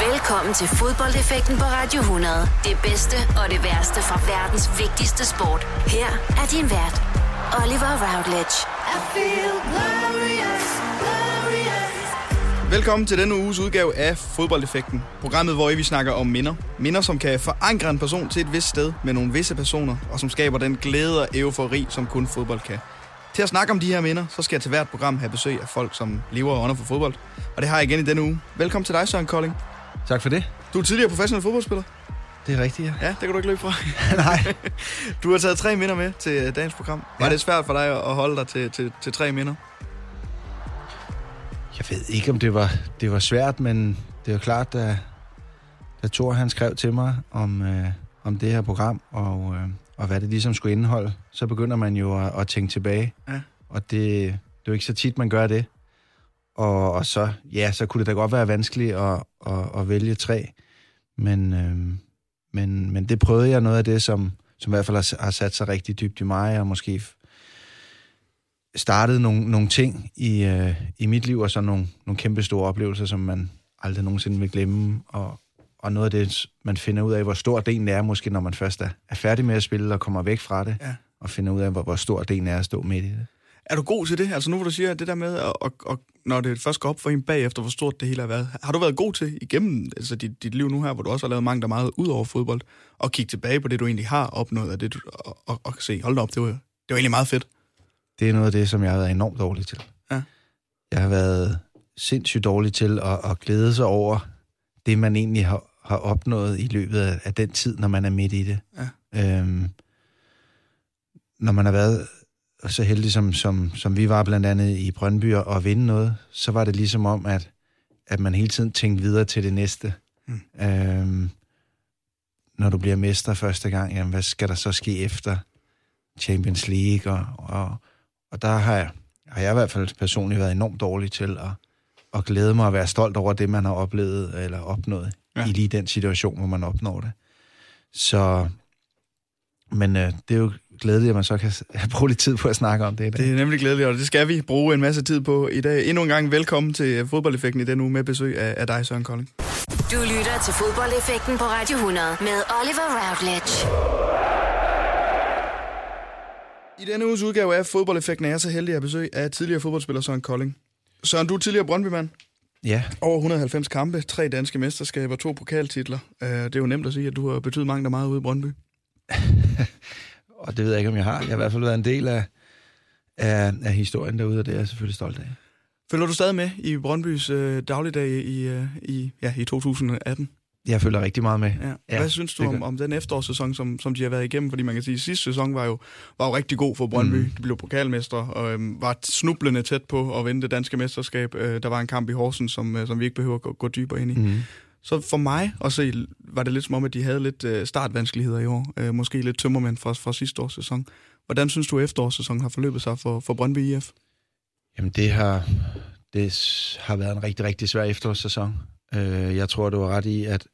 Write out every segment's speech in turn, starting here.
Velkommen til fodboldeffekten på Radio 100. Det bedste og det værste fra verdens vigtigste sport. Her er din vært, Oliver Routledge. I feel glorious, glorious. Velkommen til denne uges udgave af Fodboldeffekten. Programmet, hvor vi snakker om minder. Minder, som kan forankre en person til et vist sted med nogle visse personer, og som skaber den glæde og eufori, som kun fodbold kan. Til at snakke om de her minder, så skal jeg til hvert program have besøg af folk, som lever og ånder for fodbold. Og det har jeg igen i denne uge. Velkommen til dig, Søren Kolding. Tak for det. Du er tidligere professionel fodboldspiller. Det er rigtigt, ja. Ja, det kan du ikke løbe fra. Nej. Du har taget 3 minder med til dagens program. Var det svært for dig at holde dig til 3 minder? Jeg ved ikke, om det var svært, men det er jo klart, da Thor han skrev til mig om det her program, og hvad det ligesom skulle indeholde, så begynder man jo at tænke tilbage. Ja. Og det er jo ikke så tit, man gør det. Og så kunne det da godt være vanskeligt at vælge 3. Men det prøvede jeg, noget af det, som i hvert fald har sat sig rigtig dybt i mig, og måske startede nogle ting i mit liv, og så nogle kæmpe store oplevelser, som man aldrig nogensinde vil glemme. Og noget af det, man finder ud af, hvor stor delen er, måske når man først er færdig med at spille og kommer væk fra det, ja. Og finder ud af, hvor stor delen er at stå midt i det. Er du god til det? Altså nu, hvor du siger det der med, og når det først går op for en bagefter, hvor stort det hele har været. Har du været god til igennem altså dit liv nu her, hvor du også har lavet mange, der meget ud over fodbold, og kigge tilbage på det, du egentlig har opnået, og, det, og se, hold da op, det var egentlig meget fedt. Det er noget af det, som jeg har været enormt dårlig til. Ja. Jeg har været sindssygt dårlig til at glæde sig over det, man egentlig har opnået i løbet af den tid, når man er midt i det. Ja. Når man har været så heldig, som vi var blandt andet i Brøndby og vinde noget, så var det ligesom om, at man hele tiden tænkte videre til det næste. Når du bliver mester første gang, jamen, hvad skal der så ske efter Champions League? Og der har jeg i hvert fald personligt været enormt dårlig til at glæde mig og være stolt over det, man har oplevet eller opnået i lige den situation, hvor man opnår det. Så, men det er jo glædeligt, at man så kan bruge lidt tid på at snakke om det i dag. Det er nemlig glædeligt, og det skal vi bruge en masse tid på i dag. Endnu en gang velkommen til Fodboldeffekten i denne uge med besøg af dig, Søren Kolding. Du lytter til Fodboldeffekten på Radio 100 med Oliver Routledge. I denne uges udgave af Fodboldeffekten er jeg så heldig at besøg af tidligere fodboldspiller Søren Kolding. Søren, du er tidligere Brøndby-mand. Ja. Over 190 kampe, 3 danske mesterskaber, 2 pokaltitler. Det er jo nemt at sige, at du har betydet mange der meget ude i Brøndby. Og det ved jeg ikke, om jeg har. Jeg har i hvert fald været en del af historien derude, og det er jeg selvfølgelig stolt af. Følger du stadig med i Brøndbys dagligdag i 2018? Jeg følger rigtig meget med. Ja. Hvad synes du om den efterårssæson, som de har været igennem? Fordi man kan sige, at sidste sæson var jo rigtig god for Brøndby. De blev pokalmestre og var snublende tæt på at vinde det danske mesterskab. Der var en kamp i Horsens, som vi ikke behøver at gå dybere ind i. Så for mig at se, var det lidt som om, at de havde lidt startvanskeligheder i år. Måske lidt tømmermænd fra sidste års sæson. Hvordan synes du, efterårssæsonen har forløbet sig for Brøndby IF? Jamen, det har været en rigtig, rigtig svær efterårssæson. Jeg tror, du var ret i, at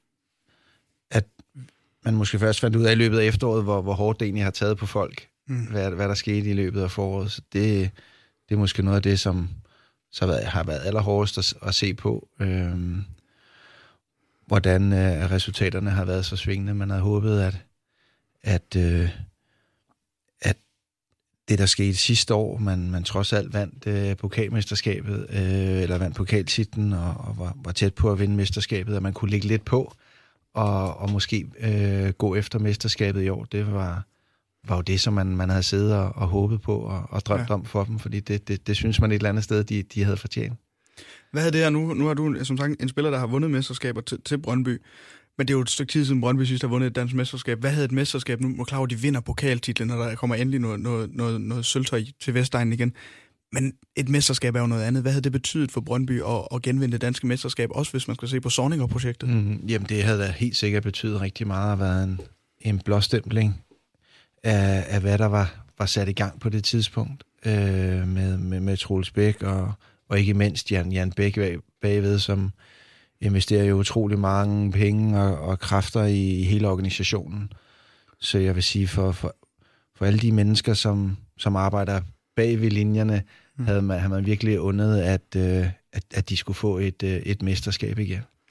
man måske først fandt ud af i løbet af efteråret, hvor hårdt det egentlig har taget på folk. Hvad der skete i løbet af foråret. Så det er måske noget af det, som så har været allerhårdest at se på. Hvordan resultaterne har været så svingende. Man havde håbet, at det, der skete sidste år, man trods alt vandt pokalmesterskabet, eller vandt pokaltitlen, og var tæt på at vinde mesterskabet, at man kunne ligge lidt på, og måske gå efter mesterskabet i år. Det var jo det, som man havde siddet og håbet på og drømt om for dem, fordi det synes man et eller andet sted, de havde fortjent. Hvad er det her nu? Nu har du som sagt en spiller, der har vundet mesterskaber til Brøndby. Men det er jo et stykke tid siden Brøndby sidst har vundet et dansk mesterskab. Hvad havde et mesterskab nu? Må klare, at de vinder pokaltitlen, når der kommer endelig noget sølvtøj til Vestegnen igen. Men et mesterskab er jo noget andet. Hvad havde det betydet for Brøndby at genvinde det danske mesterskab, også hvis man skal se på Zorniger-projektet? Jamen, det havde da helt sikkert betydet rigtig meget at være en blåstempling af hvad der var sat i gang på det tidspunkt. Med Troels Bæk og ikke mindst Jan Bæk bagved, som investerer jo utrolig mange penge og kræfter i hele organisationen. Så jeg vil sige, for alle de mennesker, som arbejder bag ved linjerne, havde man virkelig undet, at de skulle få et mesterskab igen.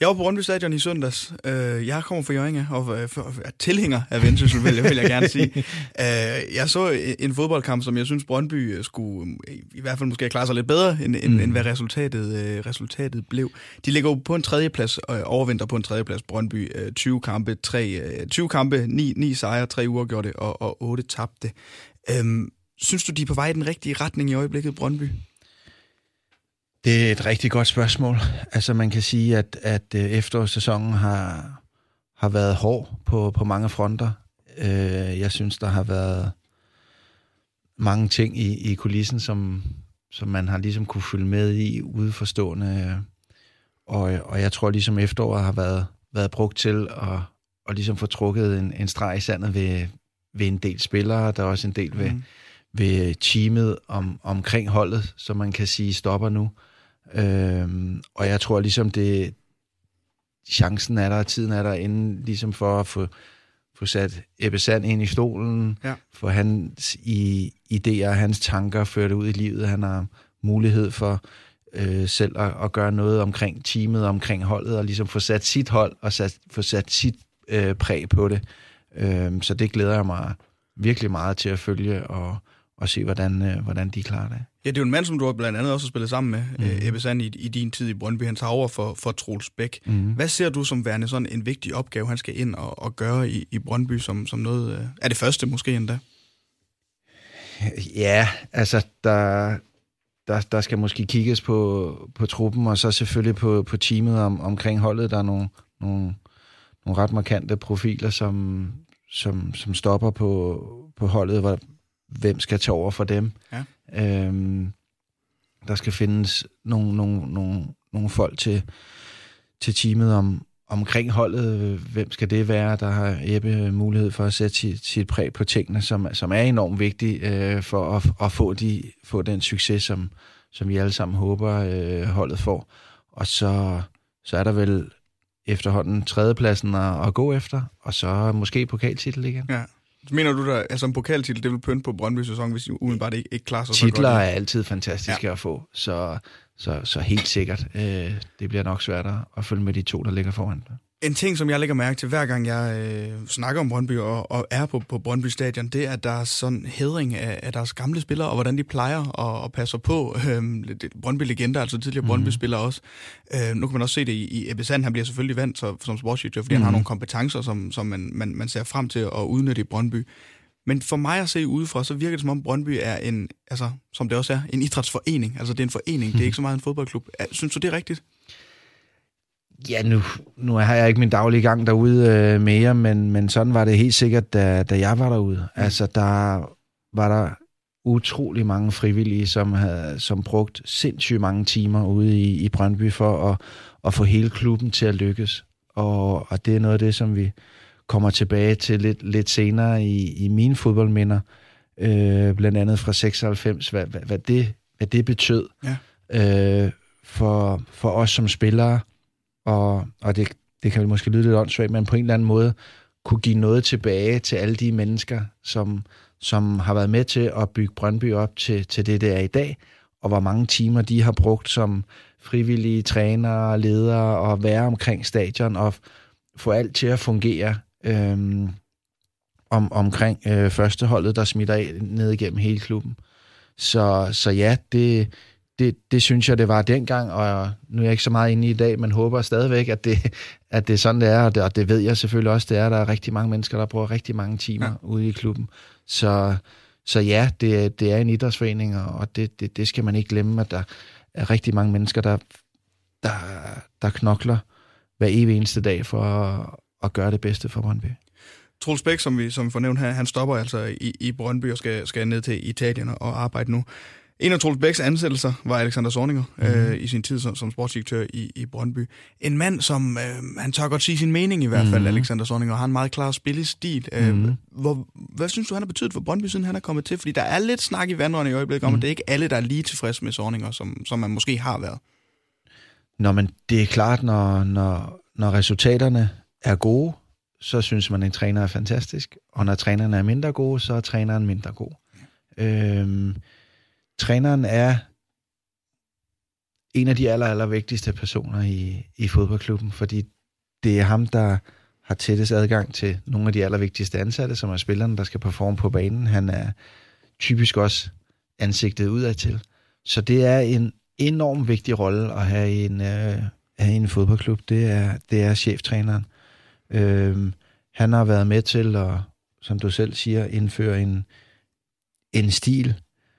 Jeg var på Brøndby Stadion i søndags. Jeg kommer fra Hjørring og er tilhænger af Vendsyssel, vil jeg gerne sige. Jeg så en fodboldkamp, som jeg synes Brøndby skulle i hvert fald måske klare sig lidt bedre, end hvad resultatet blev. De ligger jo på en tredjeplads, overvinter på en tredjeplads. Brøndby 20 kampe, 9 sejre, 3 uafgjorte og 8 tabte. Synes du, de er på vej i den rigtige retning i øjeblikket, Brøndby? Det er et rigtig godt spørgsmål. Altså man kan sige, at efterårssæsonen har været hård på mange fronter. Jeg synes, der har været mange ting i kulissen, som man har ligesom kunne følge med i udeforstående. Og jeg tror ligesom efteråret har været brugt til at ligesom få trukket en streg i sandet ved en del spillere. Der er også en del ved teamet omkring holdet, som man kan sige stopper nu. Og jeg tror ligesom chancen er der, tiden er der inden ligesom for at få sat Ebbe Sand ind i stolen, for hans idéer og hans tanker ført ud i livet. Han har mulighed for selv at gøre noget omkring teamet, omkring holdet, og ligesom få sat sit hold og få sat sit præg på det. Så det glæder jeg mig virkelig meget til at følge og se, hvordan de klarer det. Ja, det er jo en mand, som du har blandt andet også spillet sammen med, Ebbe Sand, i din tid i Brøndby. Han tager over for Troels Bæk. Hvad ser du som værende sådan en vigtig opgave, han skal ind og gøre i Brøndby som noget... Er det første måske endda? Ja, altså der skal måske kigges på truppen, og så selvfølgelig på teamet omkring holdet. Der er nogle ret markante profiler, som stopper på holdet, hvem skal tage over for dem. Ja. Der skal findes nogle folk til teamet omkring holdet. Hvem skal det være? Der har Ebbe mulighed for at sætte sit præg på tingene, som er enormt vigtigt for at få den succes, som vi alle sammen håber holdet får. Og så er der vel efterhånden tredjepladsen at gå efter, og så måske pokaltitel igen. Ja. Så mener du, der altså en pokaltitel, det vil pynte på Brøndby-sæson, hvis I umiddelbart ikke klarer sig så godt? Titler er altid fantastiske at få, så helt sikkert. Det bliver nok svært at følge med de to, der ligger foran. En ting, som jeg lægger mærke til, hver gang jeg snakker om Brøndby og er på Brøndby Stadion, det er, at der er sådan hædring af deres gamle spillere, og hvordan de plejer at passe på. Brøndby-legender, altså tidligere Brøndby-spillere også. Nu kan man også se det i Ebbe Sand. Han bliver selvfølgelig vandt som sportsdirektør, fordi han har nogle kompetencer, som man ser frem til at udnytte i Brøndby. Men for mig at se udefra, så virker det som om Brøndby er en, altså som det også er, en idrætsforening. Altså det er en forening, det er ikke så meget en fodboldklub. Synes du, det er rigtigt? Ja, nu har jeg ikke min daglige gang derude mere, men sådan var det helt sikkert, da jeg var derude. Altså, der var der utrolig mange frivillige, som brugt sindssygt mange timer ude i Brøndby for at få hele klubben til at lykkes. Og det er noget af det, som vi kommer tilbage til lidt senere i mine fodboldminder, blandt andet fra 96, hvad det betød for os som spillere. Og det kan måske lyde lidt åndssvagt, men på en eller anden måde kunne give noget tilbage til alle de mennesker, som har været med til at bygge Brøndby op til det er i dag, og hvor mange timer de har brugt som frivillige trænere, ledere og være omkring stadion og få alt til at fungere omkring førsteholdet, der smitter af ned igennem hele klubben. Så ja, det synes jeg, det var dengang, og nu er jeg ikke så meget inde i dag, men håber stadigvæk, at det er sådan, det er, og det ved jeg selvfølgelig også, det er, der er rigtig mange mennesker, der bruger rigtig mange timer ude i klubben. Så ja, det er en idrætsforening, og det skal man ikke glemme, at der er rigtig mange mennesker, der knokler hver evig eneste dag for at gøre det bedste for Brøndby. Troels Bæk, som vi får nævnt her, han stopper altså i Brøndby og skal ned til Italien og arbejde nu. En af Troels Bæks ansættelser var Alexander Zorniger i sin tid som sportsdirektør i Brøndby. En mand, som han tør godt sige sin mening i hvert fald, Alexander Zorniger, og har en meget klar spillestil. Hvad synes du, han har betydet for Brøndby, siden han er kommet til? Fordi der er lidt snak i vandrørene i øjeblikket om, at det er ikke alle, der er lige tilfredse med Zorniger, som man måske har været. Nå, men det er klart, når resultaterne er gode, så synes man, at en træner er fantastisk. Og når trænerne er mindre gode, så er træneren mindre god. Træneren er en af de aller vigtigste personer i fodboldklubben, fordi det er ham, der har tættest adgang til nogle af de allervigtigste ansatte, som er spillerne, der skal performe på banen. Han er typisk også ansigtet udadtil. Så det er en enormt vigtig rolle at have i en fodboldklub. Det er cheftræneren. Han har været med til at, som du selv siger, indføre en stil,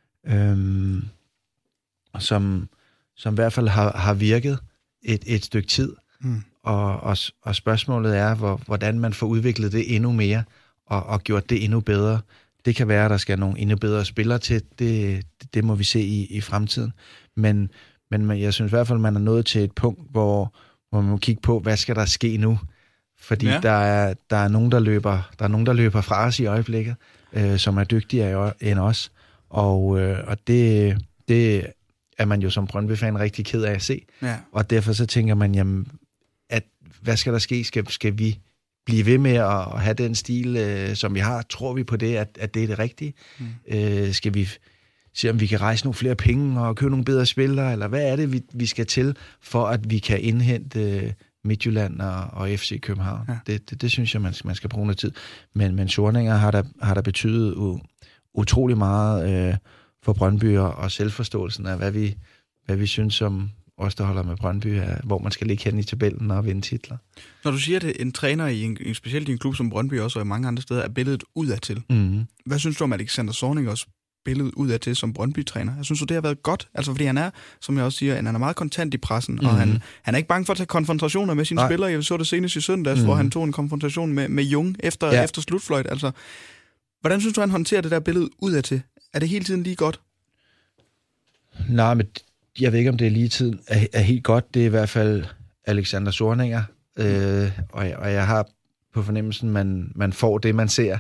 som i hvert fald har virket et stykke tid. Og spørgsmålet er, hvordan man får udviklet det endnu mere, og gjort det endnu bedre. Det kan være, at der skal nogle endnu bedre spillere til. Det må vi se i fremtiden. Men jeg synes i hvert fald, man er nået til et punkt, hvor man må kigge på, hvad skal der ske nu? Fordi der er nogen, der løber fra os i øjeblikket, som er dygtigere end os. Og det er man jo som Brøndby-fan rigtig ked af at se. Ja. Og derfor så tænker man, jamen, hvad skal der ske? Skal vi blive ved med at have den stil, som vi har? Tror vi på det, at det er det rigtige? Skal vi se, om vi kan rejse nogle flere penge og købe nogle bedre spillere? Eller hvad er det, vi skal til, for at vi kan indhente Midtjylland og FC København? Ja. Det synes jeg, man skal bruge noget tid. Men Sorninger har der betydet utrolig meget for Brøndby og selvforståelsen af, hvad vi synes om os, der holder med Brøndby, hvor man skal ligge hen i tabellen og vinde titler. Når du siger, at en træner specielt i en klub som Brøndby også, og i mange andre steder, er billedet udadtil. Hvad synes du om Alexander Zorningers billede udadtil som Brøndby-træner? Jeg synes du, det har været godt? Altså, fordi han er, som jeg også siger, han er meget kontant i pressen, og han er ikke bange for at tage konfrontationer med sine spillere. Jeg så det senest i søndags, hvor han tog en konfrontation med Jung efter slutfløjt. Altså, hvordan synes du, han håndterer det der billede udadtil? Er det hele tiden lige godt? Nej, men jeg ved ikke, om det er lige tiden er helt godt. Det er i hvert fald Alexander Zorniger, og jeg har på fornemmelsen, man får det, man ser.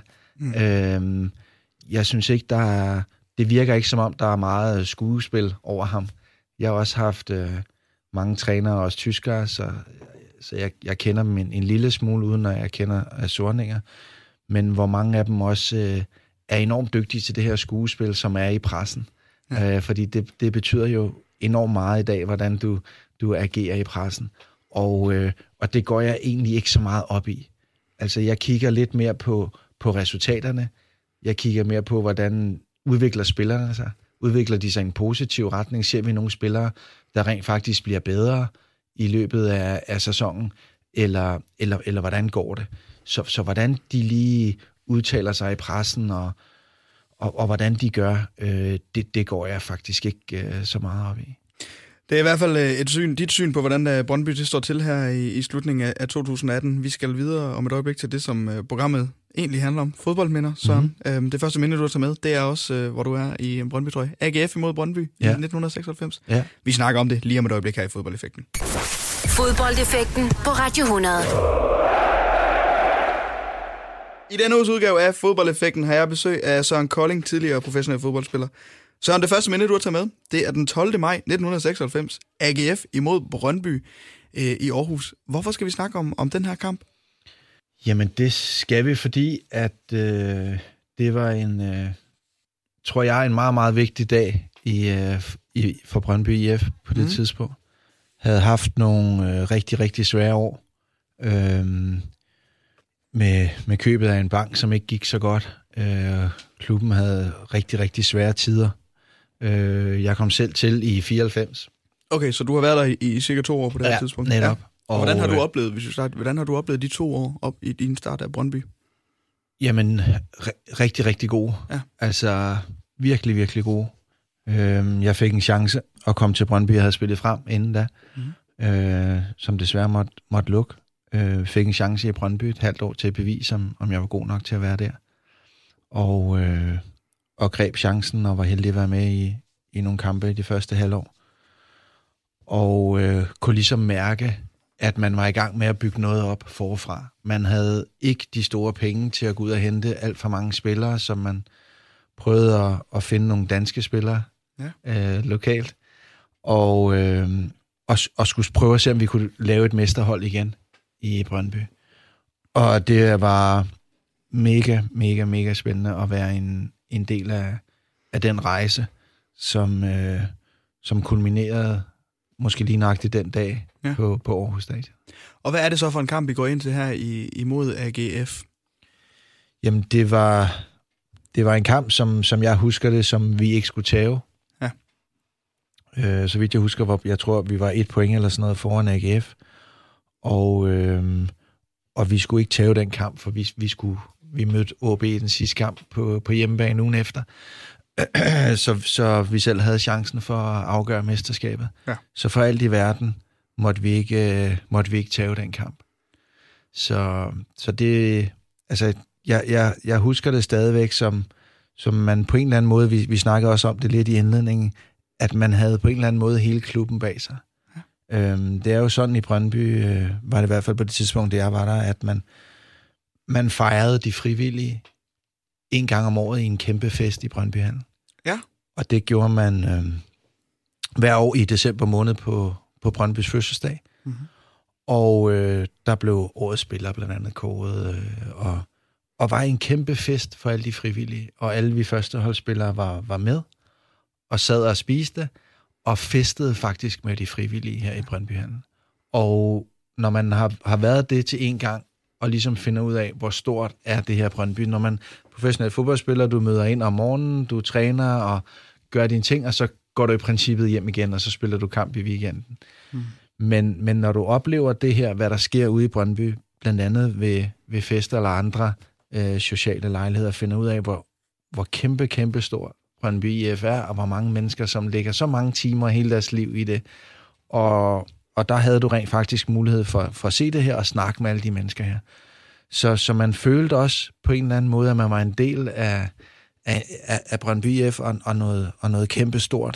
Jeg synes ikke, det virker ikke som om, der er meget skuespil over ham. Jeg har også haft mange trænere, også tyskere, så jeg kender dem en lille smule, uden at jeg kender Zorniger. Men hvor mange af dem også er enormt dygtige til det her skuespil, som er i pressen. Fordi det betyder jo enormt meget i dag, hvordan du agerer i pressen. Og det går jeg egentlig ikke så meget op i. Altså, jeg kigger lidt mere på resultaterne. Jeg kigger mere på, hvordan udvikler spillerne sig. Udvikler de sig i en positiv retning? Ser vi nogle spillere, der rent faktisk bliver bedre i løbet af sæsonen? Eller hvordan går det? Så hvordan de lige udtaler sig i pressen, og hvordan de gør, det går jeg faktisk ikke så meget op i. Det er i hvert fald dit syn på, hvordan Brøndby det står til her i slutningen af 2018. Vi skal videre om et øjeblik til det, som programmet egentlig handler om. Fodboldminder, Søren. Det første minde, du har taget med, det er også, hvor du er i en Brøndby-trøje. AGF imod Brøndby i 1996. Ja. Vi snakker om det lige om et øjeblik her i Fodboldeffekten. Fodboldeffekten på Radio 100. I denne uges udgave af Fodboldeffekten har jeg besøg af Søren Kolding, tidligere professionel fodboldspiller. Søren, det første minde, du har taget med, det er den 12. maj 1996. AGF imod Brøndby i Aarhus. Hvorfor skal vi snakke om den her kamp? Jamen, det skal vi, fordi at det var tror jeg, en meget, meget vigtig dag for Brøndby IF på det tidspunkt. Havde haft nogle rigtig, rigtig svære år. Med købet af en bank, som ikke gik så godt. Klubben havde rigtig, rigtig svære tider. Jeg kom selv til i 94. Okay, så du har været der i cirka 2 år på det her tidspunkt? Netop. Ja. Og hvordan har du oplevet, hvordan har du oplevet de 2 år op i din start af Brøndby? Jamen, rigtig, rigtig gode. Ja. Altså, virkelig, virkelig gode. Jeg fik en chance at komme til Brøndby. Jeg havde spillet frem inden da, som desværre måtte lukke. Fik en chance i Brøndby et halvt år til at bevise, om jeg var god nok til at være der. Og greb chancen og var heldig at være med i nogle kampe i det første halvår. Og kunne ligesom mærke, at man var i gang med at bygge noget op forfra. Man havde ikke de store penge til at gå ud og hente alt for mange spillere, som man prøvede at finde nogle danske spillere lokalt. Og skulle prøve at se, om vi kunne lave et mesterhold igen i Brøndby. Og det var mega, mega, mega spændende at være en del af den rejse, som kulminerede måske lige nøjagtigt den dag på Aarhus Stadion. Og hvad er det så for en kamp, I går ind til her imod AGF? Jamen, det var en kamp, som jeg husker det, som vi ikke skulle tage. Ja. Så vidt jeg husker, jeg tror, vi var 1 point eller sådan noget foran AGF. Og vi skulle ikke tage den kamp, for vi mødte OB i den sidste kamp på hjemmebane ugen efter. Så vi selv havde chancen for at afgøre mesterskabet. Ja. Så for alt i verden måtte vi ikke tage den kamp. Så det, altså, jeg husker det stadigvæk som man på en eller anden måde, vi snakkede også om det lidt i indledningen, at man havde på en eller anden måde hele klubben bag sig. Ja. Det er jo sådan i Brøndby, var det i hvert fald på det tidspunkt, da jeg var der, at man fejrede de frivillige en gang om året i en kæmpe fest i Brøndbyhallen. Ja. Og det gjorde man hver år i december måned på Brøndbys fødselsdag. Mm-hmm. Og der blev årets spiller blandt andet kåret, og var en kæmpe fest for alle de frivillige. Og alle vi førsteholdsspillere var med, og sad og spiste, og festede faktisk med de frivillige her i Brøndbyhallen. Og når man har været det til en gang, og ligesom finder ud af, hvor stort er det her Brøndby. Når man professionel fodboldspiller, du møder ind om morgenen, du træner og gør dine ting, og så går du i princippet hjem igen, og så spiller du kamp i weekenden. Mm. Men når du oplever det her, hvad der sker ude i Brøndby, blandt andet ved fester eller andre sociale lejligheder, finder ud af, hvor kæmpe stor Brøndby IF er, og hvor mange mennesker, som lægger så mange timer hele deres liv i det. Og der havde du rent faktisk mulighed for at se det her og snakke med alle de mennesker her. Så man følte også på en eller anden måde, at man var en del af Brøndby IF og noget kæmpe stort.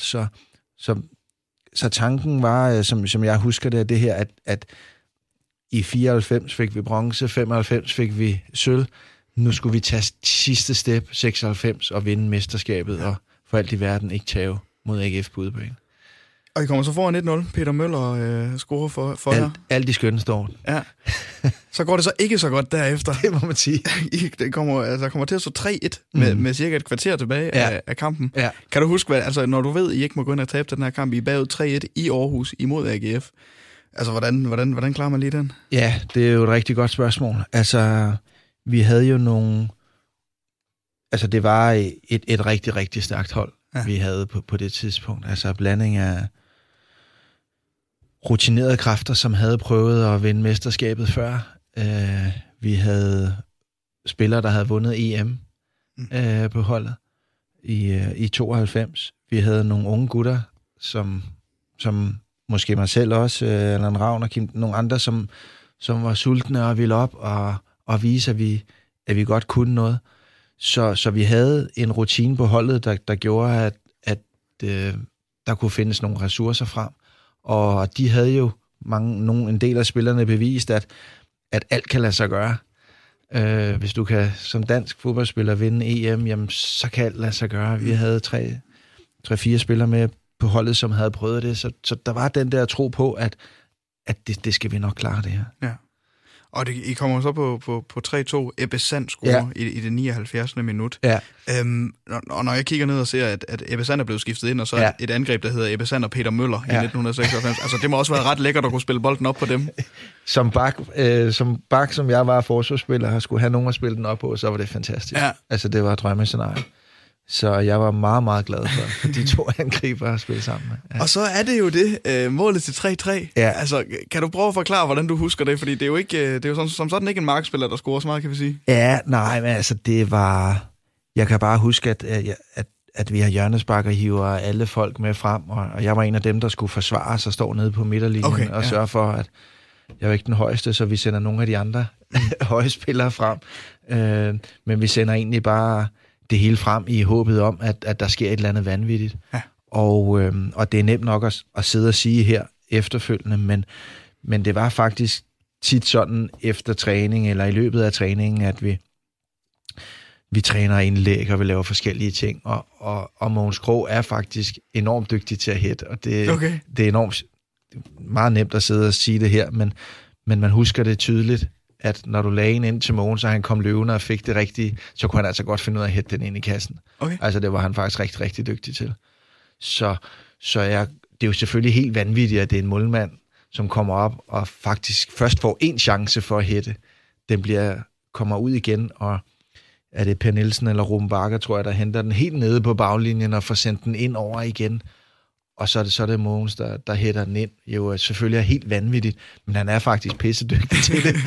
Så tanken var, som jeg husker det her, at i 94 fik vi bronze, 95 fik vi sølv. Nu skulle vi tage sidste step, 96, og vinde mesterskabet, og for alt i verden ikke tage mod AGF på udebane. Og I kommer så foran 1-0. Peter Møller scorer for jer. Alt i skønne står. Ja. Så går det så ikke så godt derefter. Det må man sige. Det kommer til at stå 3-1 med cirka et kvarter tilbage af kampen. Ja. Kan du huske, når du ved, I ikke må gå ind og tabe den her kamp, I er bagud 3-1 i Aarhus imod AGF. Altså, hvordan klarer man lige den? Ja, det er jo et rigtig godt spørgsmål. Altså, vi havde jo nogle... Altså, det var et rigtig, rigtig stærkt hold, vi havde på det tidspunkt. Altså, blanding af rutinerede kræfter, som havde prøvet at vinde mesterskabet før. Vi havde spillere, der havde vundet EM på holdet i 92. Vi havde nogle unge gutter, som måske mig selv også, eller en Ravn og Kim, nogle andre, som var sultne og ville op og vise, at vi godt kunne noget. Så vi havde en rutine på holdet, der gjorde, at der kunne findes nogle ressourcer frem. Og de havde jo en del af spillerne bevist, at alt kan lade sig gøre. Hvis du kan som dansk fodboldspiller vinde EM, jamen, så kan alt lade sig gøre. Vi havde 3-4 spillere med på holdet, som havde prøvet det. Så der var den der tro på, at det skal vi nok klare det her. Ja. Og I kommer så på 3-2. Ebbe Sand scorer i det 79. minut. Ja. Og når jeg kigger ned og ser, at Ebbe Sand er blevet skiftet ind, og så et angreb, der hedder Ebbe Sand og Peter Møller i 1996. Altså, det må også være ret lækkert at kunne spille bolden op på dem. Som bak, som jeg var forsvarsspiller, og skulle have nogen at spille den op på, så var det fantastisk. Ja. Altså, det var et drømmescenarie. Så jeg var meget, meget glad for de to angriber at spille sammen med. Ja. Og så er det jo det, målet til 3-3. Ja. Altså, kan du prøve at forklare, hvordan du husker det? Fordi det er jo ikke, det er jo som sådan ikke en markspiller, der scorer så meget, kan vi sige. Ja, nej, men altså, det var... Jeg kan bare huske, at vi har hjørnespark og hiver alle folk med frem, og jeg var en af dem, der skulle forsvare sig og stå nede på midterlinjen og sørge for, at jeg var ikke den højeste, så vi sender nogle af de andre høje spillere frem. Men vi sender egentlig bare det hele frem i håbet om, at der sker et eller andet vanvittigt. Ja. Og det er nemt nok at sidde og sige her efterfølgende, men det var faktisk tit sådan efter træning, eller i løbet af træningen, at vi træner indlæg, og vi laver forskellige ting, og Mogens Krog er faktisk enormt dygtig til at hætte, og det er enormt meget nemt at sidde og sige det her, men man husker det tydeligt, at når du lagde en ind til Mogens, så han kom løvende og fik det rigtige, så kunne han altså godt finde ud af at hætte den ind i kassen. Okay. Altså det var han faktisk rigtig, rigtig dygtig til. Så det er jo selvfølgelig helt vanvittigt, at det er en målmand, som kommer op og faktisk først får en chance for at hætte. Den kommer ud igen, og er det Per Nielsen eller Ruben Bakker, tror jeg, der henter den helt nede på baglinjen og får sendt den ind over igen. Og så er det Mogens, der hætter den ind. Jo, selvfølgelig er helt vanvittigt, men han er faktisk pissedygtig til det.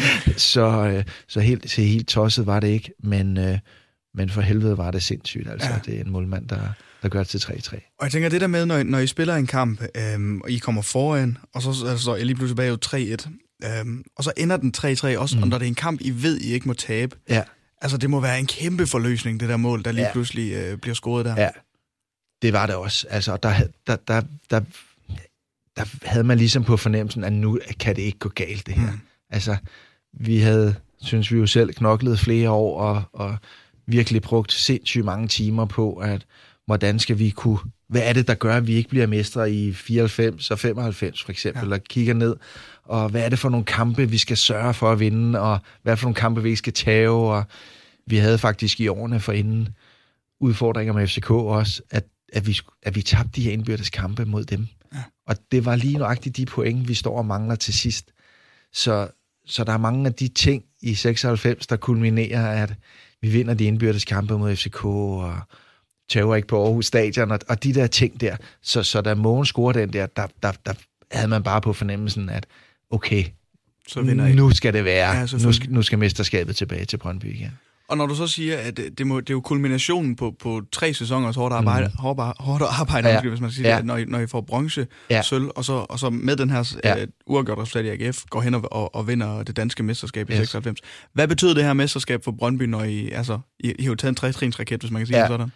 Så helt tosset var det ikke, men for helvede var det sindssygt. Altså, det er en målmand, der gør det til 3-3. Og jeg tænker, det der med, når I spiller en kamp, og I kommer foran, og så er lige pludselig bagud 3-1, og så ender den 3-3 også, og når det er en kamp, I ved, I ikke må tabe. Ja. Altså, det må være en kæmpe forløsning, det der mål, der lige pludselig bliver scoret der. Ja, det var det også. Altså, der havde man ligesom på fornemmelsen, at nu kan det ikke gå galt, det her. Altså, synes vi jo selv, knoklet flere år, og virkelig brugt sindssygt mange timer på, at hvordan skal vi kunne... Hvad er det, der gør, at vi ikke bliver mestre i 94 og 95 for eksempel, og kigger ned, og hvad er det for nogle kampe, vi skal sørge for at vinde, og hvad er det for nogle kampe, vi ikke skal tage, og vi havde faktisk i årene forinden udfordringer med FCK også, at vi tabte de her indbyrdes kampe mod dem. Ja. Og det var lige nøjagtigt de point, vi står og mangler til sidst. Så der er mange af de ting i 96, der kulminerer, at vi vinder de indbyrdes kampe mod FCK, og tager ikke på Aarhus Stadion, og de der ting der. Så da Mogens scorede den der havde man bare på fornemmelsen, at okay, så nu skal det være. Ja, nu skal mesterskabet tilbage til Brøndby igen. Og når du så siger, at det er jo kulminationen på 3 sæsoners hårdt arbejde, hvis man siger det, når I får bronze, sølv, og så med den her uafgjort resultat i AGF, går hen og vinder det danske mesterskab i 96. Hvad betyder det her mesterskab for Brøndby, når I har jo taget en 3-trinsraket, hvis man kan sige det sådan?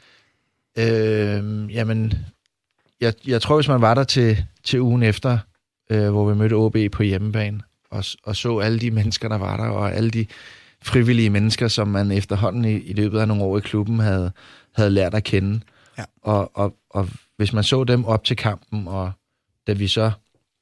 Jamen, jeg tror, hvis man var der til ugen efter, hvor vi mødte OB på hjemmebane, og så alle de mennesker, der var der, og alle de frivillige mennesker, som man efterhånden i løbet af nogle år i klubben havde lært at kende. Ja. Og hvis man så dem op til kampen, og da vi så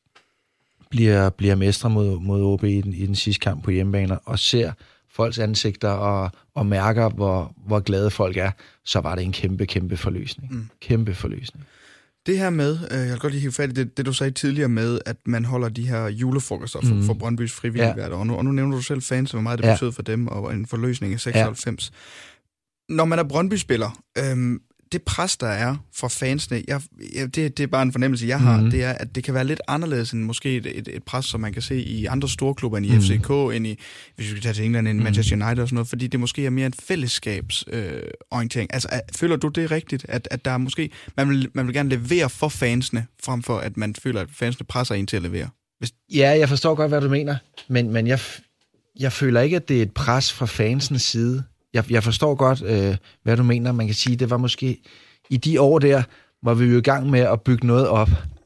bliver mestre mod OB i den sidste kamp på hjemmebane, og ser folks ansigter og mærker, hvor glade folk er, så var det en kæmpe, kæmpe forløsning. Kæmpe forløsning. Det her med, jeg vil godt lige hive fat i det du sagde tidligere med, at man holder de her julefrokoster for Brøndbys frivillige hvert år. Og nu nævner du selv fans, hvor meget det betød for dem, og en forløsning i 96. Når man er Brøndby-spiller, det pres, der er fra fansene, det er bare en fornemmelse, jeg har, det er, at det kan være lidt anderledes end måske et pres, som man kan se i andre store klubber, end i FCK, end i, hvis vi skal tage til England, end Manchester United og sådan noget, fordi det måske er mere en fællesskabsorientering. Altså, føler du det rigtigt, at der er måske, man vil gerne levere for fansene, frem for at man føler, at fansene presser en til at levere? Ja, jeg forstår godt, hvad du mener, men jeg føler ikke, at det er et pres fra fansens side. Jeg forstår godt, hvad du mener. Man kan sige, det var måske i de år der, hvor vi var i gang med at bygge noget op.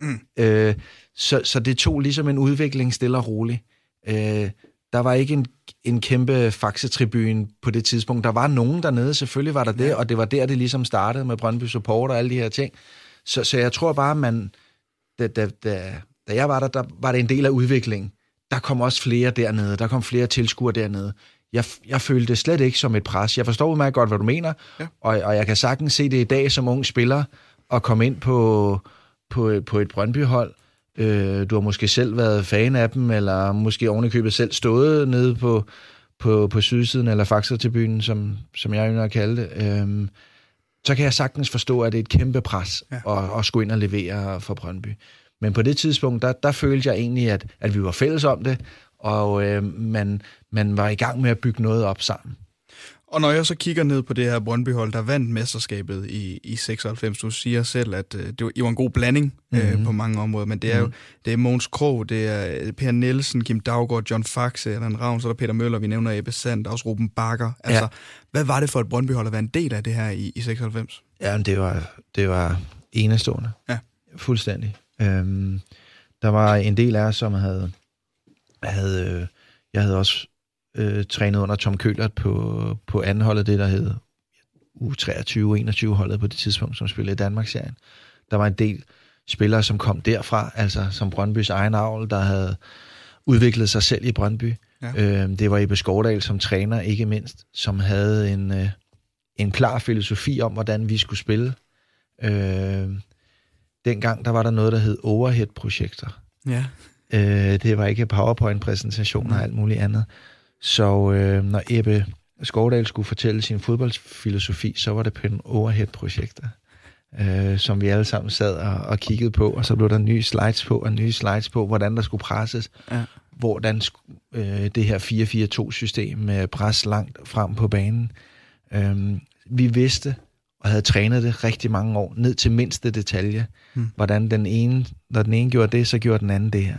Så det tog ligesom en udvikling stille og roligt. Der var ikke en kæmpe faxetribune på det tidspunkt. Der var nogen dernede, selvfølgelig var der det, og det var der, det ligesom startede med Brøndby Support og alle de her ting. Så jeg tror bare, da jeg var der var det en del af udviklingen. Der kom også flere dernede, der kom flere tilskuere dernede. Jeg følte det slet ikke som et pres. Jeg forstår meget godt, hvad du mener, og jeg kan sagtens se det i dag som ung spiller, og komme ind på et Brøndby-hold. Du har måske selv været fan af dem, eller måske ovenikøbet selv stået nede på sydsiden, eller Faxer-tribunen, som jeg ynder at kalde det. Så kan jeg sagtens forstå, at det er et kæmpe pres at skulle ind og levere for Brøndby. Men på det tidspunkt, der følte jeg egentlig, at vi var fælles om det, og man var i gang med at bygge noget op sammen. Og når jeg så kigger ned på det her Brøndby-hold, der vandt mesterskabet i 96, du siger selv, at I var en god blanding på mange områder, men det er jo det er Mogens Krog, det er Per Nielsen, Kim Daugaard, John Faxe, Allan Ravn, så er der Peter Møller, vi nævner Ebbe Sand, også Ruben Bakker. Altså, hvad var det for et Brøndby-hold at være en del af det her i 96? Ja, det var enestående. Ja. Fuldstændig. Der var en del af os, som jeg havde også trænet under Tom Køhlert på anden holdet, det der hed U23-21 holdet på det tidspunkt, som spillede i Danmarksserien. Der var en del spillere, som kom derfra, altså som Brøndbys egen avl, der havde udviklet sig selv i Brøndby. Ja. Det var Ebbe Skovdal som træner, ikke mindst, som havde en klar filosofi om, hvordan vi skulle spille. dengang der var der noget, der hed overhead-projekter. Ja. Det var ikke PowerPoint-præsentationer og alt muligt andet. Så når Ebbe Skovdal skulle fortælle sin fodboldfilosofi, så var det på en overhead-projekter, som vi alle sammen sad og kiggede på, og så blev der nye slides på, hvordan der skulle presses, hvordan det her 4-4-2-system med pres langt frem på banen. Vi vidste og havde trænet det rigtig mange år, ned til mindste detalje, hvordan når den ene gjorde det, så gjorde den anden det her.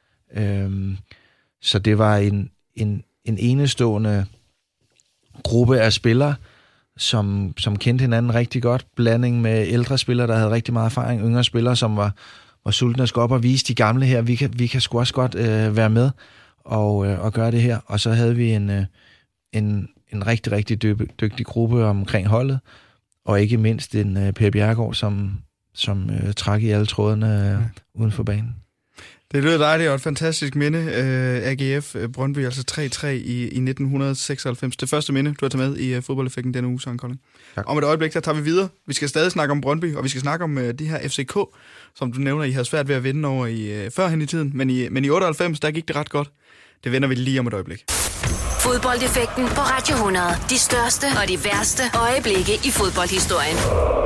Så det var en enestående gruppe af spillere, som kendte hinanden rigtig godt. Blanding med ældre spillere, der havde rigtig meget erfaring. Yngre spillere, som var sultne at gå op og vise de gamle her. Vi kan sgu også godt være med og gøre det her. Og så havde vi en rigtig, rigtig dygtig gruppe omkring holdet. Og ikke mindst en Per Bjerregaard, som trak i alle trådene uden for banen. Det lyder dejligt og et fantastisk minde. AGF Brøndby, altså 3-3 i 1996. Det første minde, du har taget med i fodboldeffekten denne uge, Søren Kolding. Tak. Om et øjeblik, der tager vi videre. Vi skal stadig snakke om Brøndby, og vi skal snakke om de her FCK, som du nævner, I havde svært ved at vinde over førhen i tiden. Men i 98, der gik det ret godt. Det vender vi lige om et øjeblik. Fodboldeffekten på Radio 100. De største og de værste øjeblikke i fodboldhistorien.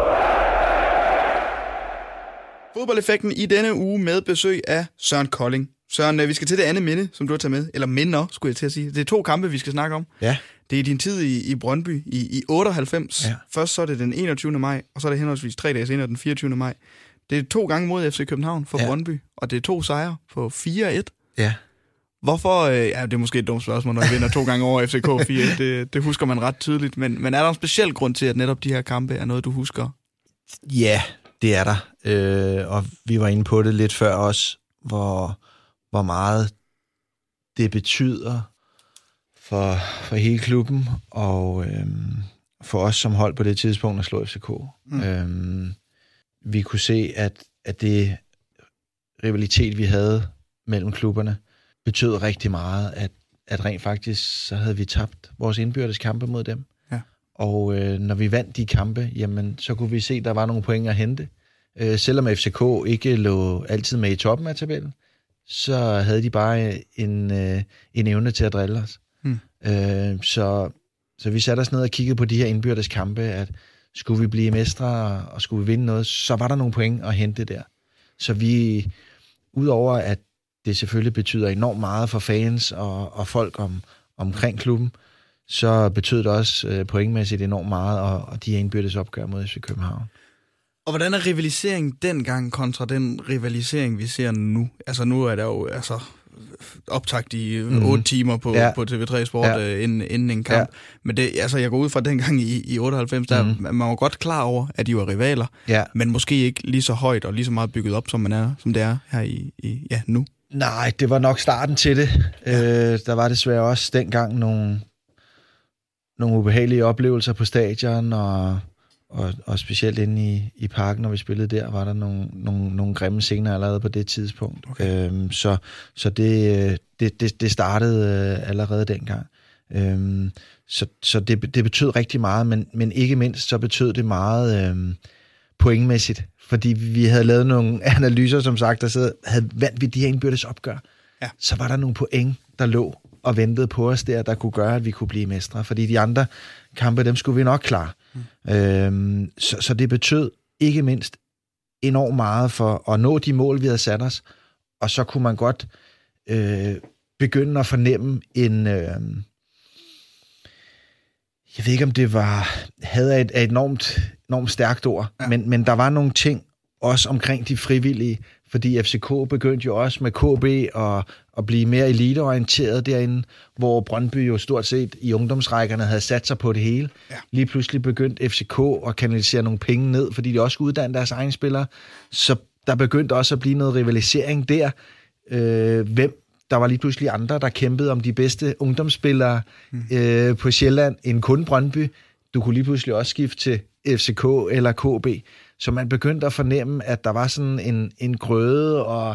Fodboldeffekten i denne uge med besøg af Søren Kolding. Søren, vi skal til det andet minde, som du har taget med. Eller minder, skulle jeg til at sige. Det er 2 kampe, vi skal snakke om. Ja. Det er din tid i Brøndby i 98. Ja. Først så er det den 21. maj, og så er det henholdsvis 3 dage senere den 24. maj. Det er 2 gange mod FC København for Brøndby, og det er 2 sejre på 4-1. Ja. Hvorfor? Det er måske et dumt spørgsmål, når I vinder 2 gange over FCK 4-1. Det husker man ret tydeligt. Men er der en speciel grund til, at netop de her kampe er noget, du husker? Ja, det er der. Og vi var inde på det lidt før også, hvor meget det betyder for hele klubben, og for os som hold på det tidspunkt at slå FCK. Vi kunne se, at det rivalitet, vi havde mellem klubberne, betød rigtig meget, at rent faktisk, så havde vi tabt vores indbyrdes kampe mod dem. Ja. Og når vi vandt de kampe, jamen, så kunne vi se, at der var nogle point at hente. Selvom FCK ikke lå altid med i toppen af tabellen, så havde de bare en evne til at drille os. Så vi satte os ned og kiggede på de her indbyrdes kampe, at skulle vi blive mestre, og skulle vi vinde noget, så var der nogle point at hente der. Så vi, udover at det selvfølgelig betyder enormt meget for fans og folk omkring klubben, så betød det også pointmæssigt enormt meget, og de indbyrdes opgør mod FC København. Og hvordan er rivalisering dengang kontra den rivalisering, vi ser nu? Altså nu er der jo optakt i 8 timer på TV3 Sport inden en kamp. Ja. Men det, altså, jeg går ud fra dengang i 98, der man var godt klar over, at de var rivaler, men måske ikke lige så højt og lige så meget bygget op, som det er her i nu. Nej, det var nok starten til det. Der var desværre også dengang nogle ubehagelige oplevelser på stadion, og specielt inde i parken, når vi spillede der, var der nogle grimme scener allerede på det tidspunkt. Okay. Så det startede allerede dengang. Så det betød rigtig meget, men ikke mindst så betød det meget pointmæssigt, fordi vi havde lavet nogle analyser, som sagt, der vandt vi de her indbyrdes opgør. Ja. Så var der nogle point, der lå og ventede på os der kunne gøre, at vi kunne blive mestre. Fordi de andre kampe, dem skulle vi nok klare. Så det betød ikke mindst enormt meget for at nå de mål, vi havde sat os. Og så kunne man godt begynde at fornemme jeg ved ikke, om det havde et enormt stærkt ord, men der var nogle ting også omkring de frivillige, fordi FCK begyndte jo også med KB at blive mere eliteorienteret derinde, hvor Brøndby jo stort set i ungdomsrækkerne havde sat sig på det hele. Ja. Lige pludselig begyndte FCK at kanalisere nogle penge ned, fordi de også skulle uddanne deres egne spillere. Så der begyndte også at blive noget rivalisering der. Der var lige pludselig andre, der kæmpede om de bedste ungdomsspillere på Sjælland end kun Brøndby. Du kunne lige pludselig også skifte til FCK eller KB. Så man begyndte at fornemme, at der var sådan en grøde og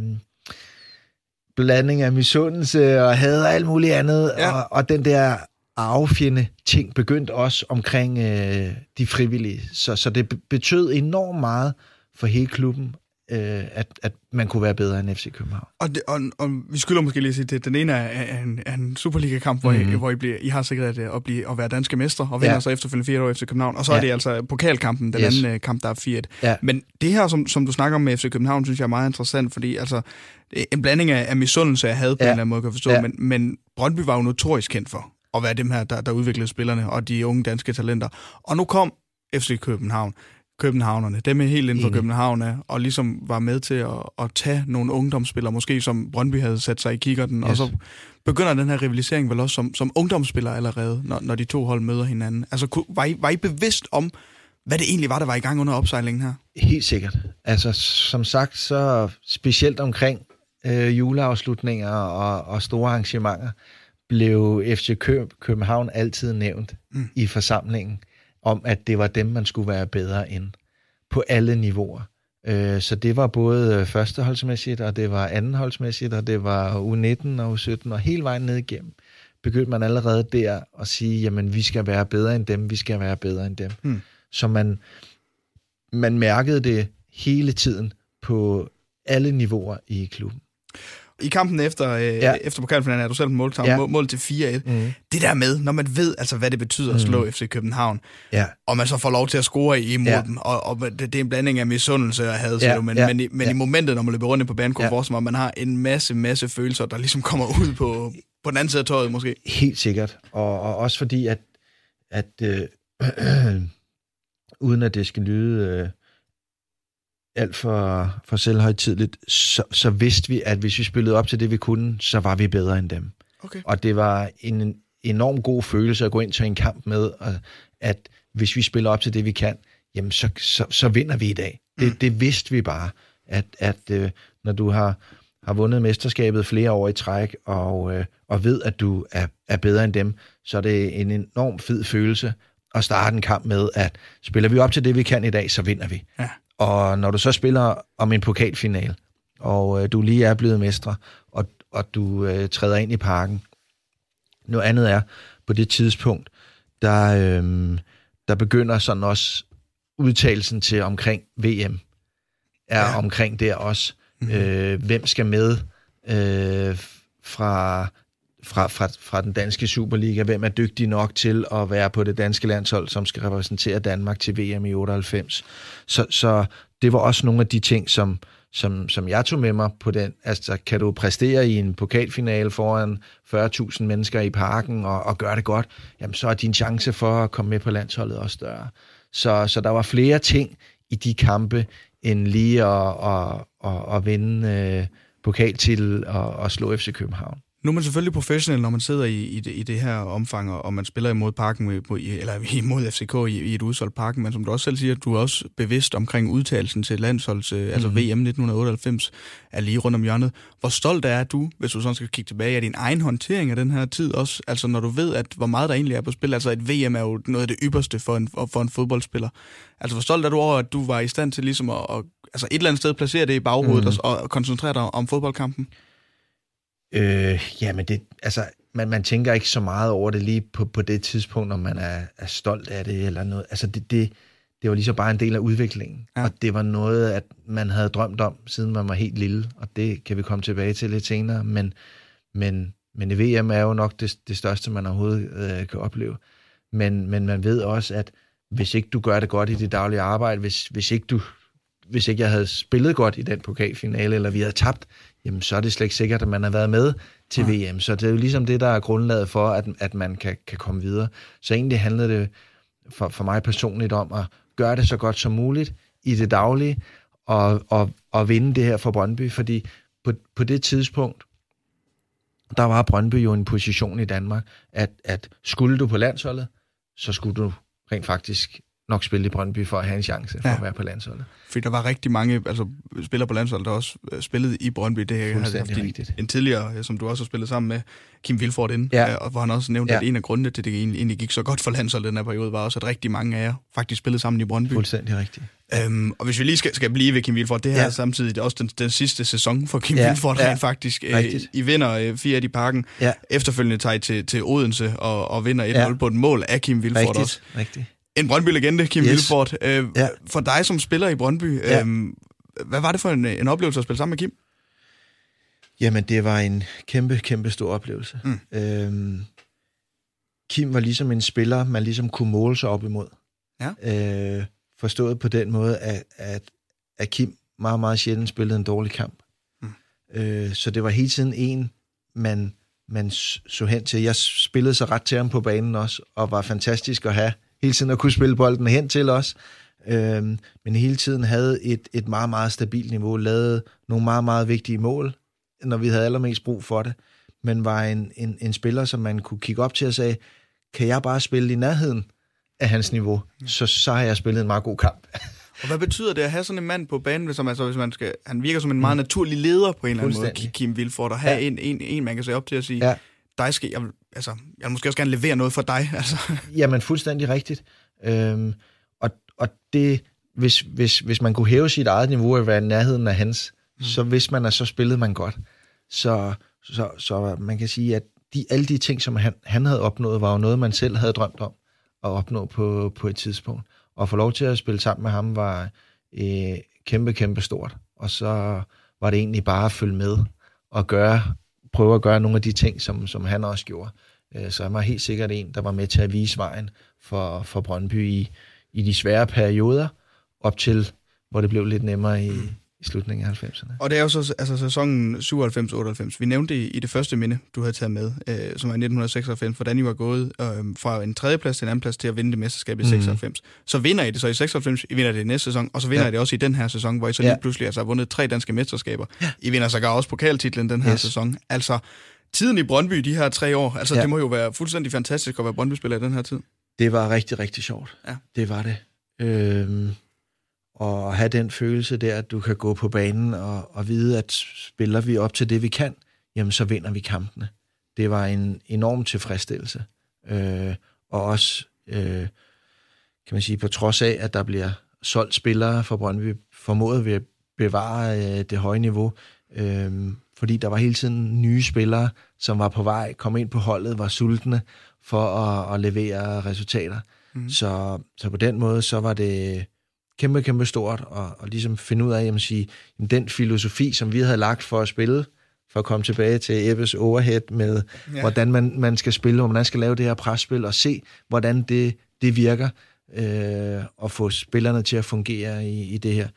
blanding af misundelse og had og alt muligt andet. Ja. Og den der arvefjende ting begyndte også omkring de frivillige. Så det betød enormt meget for hele klubben, at man kunne være bedre end FC København. Og vi skylder måske lige sige, at den ene er en Superliga-kamp, hvor I har sikret at være danske mestre, og vinder så efterfølgende 4 år efter København. Og så er det altså pokalkampen, den anden kamp, der er 4-1. Ja. Men det her, som du snakker om med FC København, synes jeg er meget interessant, fordi altså, en blanding af misundelse og had på en eller anden måde, kan jeg forstå, men Brøndby var jo notorisk kendt for at være dem her, der udviklede spillerne, og de unge danske talenter. Og nu kom FC Københavnerne, dem er helt inden for København, og ligesom var med til at tage nogle ungdomsspillere, måske som Brøndby havde sat sig i kikkerten, og så begynder den her rivalisering vel også som ungdomsspillere allerede, når de to hold møder hinanden. Altså, var I bevidst om, hvad det egentlig var, der var i gang under opsejlingen her? Helt sikkert. Altså, som sagt, så specielt omkring juleafslutninger og store arrangementer, blev FC København altid nævnt i forsamlingen, om at det var dem, man skulle være bedre end på alle niveauer. Så det var både førsteholdsmæssigt, og det var andenholdsmæssigt, og det var U19 og U17, og hele vejen ned igennem begyndte man allerede der at sige, jamen vi skal være bedre end dem, vi skal være bedre end dem. Så man mærkede det hele tiden på alle niveauer i klubben. I kampen efter pokalfinalen er du selv mål til 4-1. Det der med, når man ved, altså, hvad det betyder at slå FC København, og man så får lov til at score imod dem, og det er en blanding af misundelse og had, men i momentet, når man løber rundt på banen, kunne forestille mig, at man har en masse følelser, der ligesom kommer ud på den anden side af tøjet, måske. Helt sikkert. Og også fordi, at uden at det skal lyde alt for selvhøjtidligt, så vidste vi, at hvis vi spillede op til det, vi kunne, så var vi bedre end dem. Okay. Og det var en enorm god følelse at gå ind til en kamp med, at hvis vi spiller op til det, vi kan, jamen så vinder vi i dag. Det vidste vi bare, at når du har vundet mesterskabet flere år i træk, og ved, at du er bedre end dem, så er det en enorm fed følelse at starte en kamp med, at spiller vi op til det, vi kan i dag, så vinder vi. Ja. Og når du så spiller om en pokalfinale, og du lige er blevet mestre, og du træder ind i parken. Noget andet er, på det tidspunkt, der begynder sådan også udtalelsen til omkring VM, omkring der også. Hvem skal med fra den danske Superliga? Hvem er dygtig nok til at være på det danske landshold, som skal repræsentere Danmark til VM i 98? Så det var også nogle af de ting, som jeg tog med mig på den. Altså, kan du præstere i en pokalfinale foran 40.000 mennesker i parken og gøre det godt, jamen så er din chance for at komme med på landsholdet også større. Så der var flere ting i de kampe, end lige at vinde pokaltitel og slå FC København. Nu er man selvfølgelig professionel, når man sidder i det her omfang, og man spiller imod parken, eller imod FCK i et udsolgt parken, men som du også selv siger, du er også bevidst omkring udtalelsen til landsholds, altså VM 1998, er lige rundt om hjørnet. Hvor stolt er du, hvis du sådan skal kigge tilbage, af din egen håndtering af den her tid også? Altså når du ved, at hvor meget der egentlig er på spil, altså et VM er jo noget af det ypperste for en fodboldspiller. Altså hvor stolt er du over, at du var i stand til ligesom at altså et eller andet sted placere det i baghovedet og koncentrere dig om fodboldkampen? Jamen det, altså, man tænker ikke så meget over det lige på det tidspunkt, når man er stolt af det eller noget. Altså det var lige så bare en del af udviklingen, og det var noget, at man havde drømt om, siden man var helt lille, og det kan vi komme tilbage til lidt senere, men i VM er jo nok det største, man overhovedet kan opleve. Men man ved også, at hvis ikke du gør det godt i dit daglige arbejde, hvis ikke jeg havde spillet godt i den pokalfinale, eller vi havde tabt, jamen så er det slet ikke sikkert, at man har været med til VM. Så det er jo ligesom det, der er grundlaget for, at man kan komme videre. Så egentlig handlede det for mig personligt om at gøre det så godt som muligt i det daglige, og vinde det her for Brøndby, fordi på det tidspunkt, der var Brøndby jo en position i Danmark, at skulle du på landsholdet, så skulle du rent faktisk nok spille i Brøndby for at have en chance for at være på landsholdet. Fordi der var rigtig mange spillere på landsholdet, der også spillede i Brøndby. Det har haft en tidligere, som du også har spillet sammen med, Kim Vilfort inde, og hvor han også nævnte, at en af grundene til, det egentlig gik så godt for landsholdet den her periode, var også, at rigtig mange af jer faktisk spillede sammen i Brøndby. Fuldstændig rigtigt. Og hvis vi lige skal blive ved Kim Vilfort, det her er samtidig også den sidste sæson for Kim Vilfort rent faktisk. I vinder 4 i Parken. Efterfølgende tager I til Odense og vinder 1-0 på et mål af Kim Vilfort også. Rigtigt. En Brøndby-legende, Kim Vilfort. For dig som spiller i Brøndby, hvad var det for en oplevelse at spille sammen med Kim? Jamen, det var en kæmpe stor oplevelse. Kim var ligesom en spiller, man ligesom kunne måle sig op imod. Ja. Forstået på den måde, at Kim meget sjældent spillede en dårlig kamp. Så det var hele tiden en, man så hen til. Jeg spillede så ret til ham på banen også, og var fantastisk at have hele tiden at kunne spille bolden hen til os. Men hele tiden havde et meget stabilt niveau, lavede nogle meget vigtige mål, når vi havde allermest brug for det, men var en spiller, som man kunne kigge op til og sige, kan jeg bare spille i nærheden af hans niveau, så har jeg spillet en meget god kamp. Og hvad betyder det at have sådan en mand på banen, som hvis man skal, han virker som en meget naturlig leder på en eller anden måde, Kim Vilfort, og have en man kan se op til at sige, dig skal, jeg vil måske også gerne levere noget for dig. Altså. Jamen, fuldstændig rigtigt. Og det, hvis man kunne hæve sit eget niveau og være i nærheden af hans, så hvis man så spillede man godt. Så man kan sige, at alle de ting, som han havde opnået, var jo noget, man selv havde drømt om at opnå på et tidspunkt. Og få lov til at spille sammen med ham var kæmpe stort. Og så var det egentlig bare at følge med og prøve at gøre nogle af de ting, som han også gjorde. Så han var helt sikkert en, der var med til at vise vejen for Brøndby i de svære perioder, op til, hvor det blev lidt nemmere i slutningen af 90'erne. Og det er jo så sæsonen 97-98. Vi nævnte i det første minde, du havde taget med, som var i 1996, hvordan I var gået fra en 3. plads til en 2. plads til at vinde det mesterskab i 96. Så vinder I det så i 96, I vinder det i næste sæson, og så vinder I det også i den her sæson, hvor I så lige pludselig har vundet 3 danske mesterskaber. I vinder sågar også pokaltitlen den her sæson. Altså, tiden i Brøndby de her 3 år, det må jo være fuldstændig fantastisk at være Brøndby-spiller i den her tid. Det var rigtig sjovt. Ja. Det var det. Og have den følelse der, at du kan gå på banen og vide, at spiller vi op til det, vi kan, jamen så vinder vi kampene. Det var en enorm tilfredsstillelse. Og også, kan man sige, på trods af, at der bliver solgt spillere fra Brøndby, formåede vi at bevare det høje niveau, fordi der var hele tiden nye spillere, som var på vej, kom ind på holdet, var sultne for at levere resultater. Så på den måde, så var det kæmpe stort, og ligesom finde ud af, jamen, den filosofi, som vi havde lagt for at spille, for at komme tilbage til Ebbes overhead med, hvordan man skal spille, og hvordan man skal lave det her presspil, og se, hvordan det virker, og få spillerne til at fungere i det her.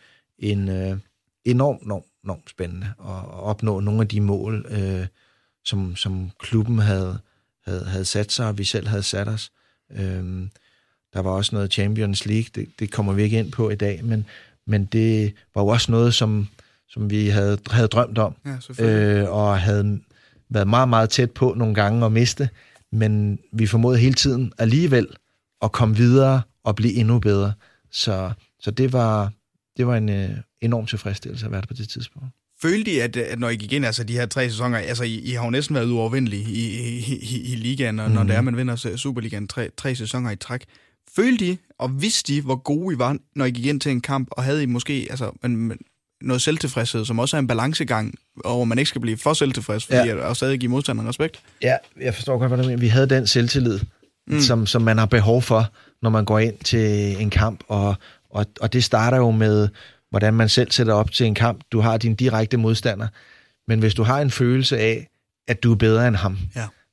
Enormt spændende, og opnå nogle af de mål, som klubben havde sat sig, og vi selv havde sat os. Der var også noget Champions League, det kommer vi ikke ind på i dag, men det var jo også noget, som vi havde drømt om, og havde været meget tæt på nogle gange at miste, men vi formåede hele tiden alligevel at komme videre og blive endnu bedre. Så det var en enorm tilfredsstillelse at være der på det tidspunkt. Følte I, at når I gik ind, de her 3 sæsoner, I har jo næsten været uovervindelige i ligaen, og når det er, man vinder Superligaen 3 sæsoner i træk. Følte I, og vidste I, hvor gode I var, når I gik ind til en kamp, og havde I måske noget selvtilfredshed, som også er en balancegang, hvor man ikke skal blive for selvtilfreds, fordi at stadig give modstanderen respekt? Ja, jeg forstår godt, hvad du mener. Vi havde den selvtillid, som man har behov for, når man går ind til en kamp, og det starter jo med, hvordan man selv sætter op til en kamp. Du har din direkte modstander, men hvis du har en følelse af, at du er bedre end ham,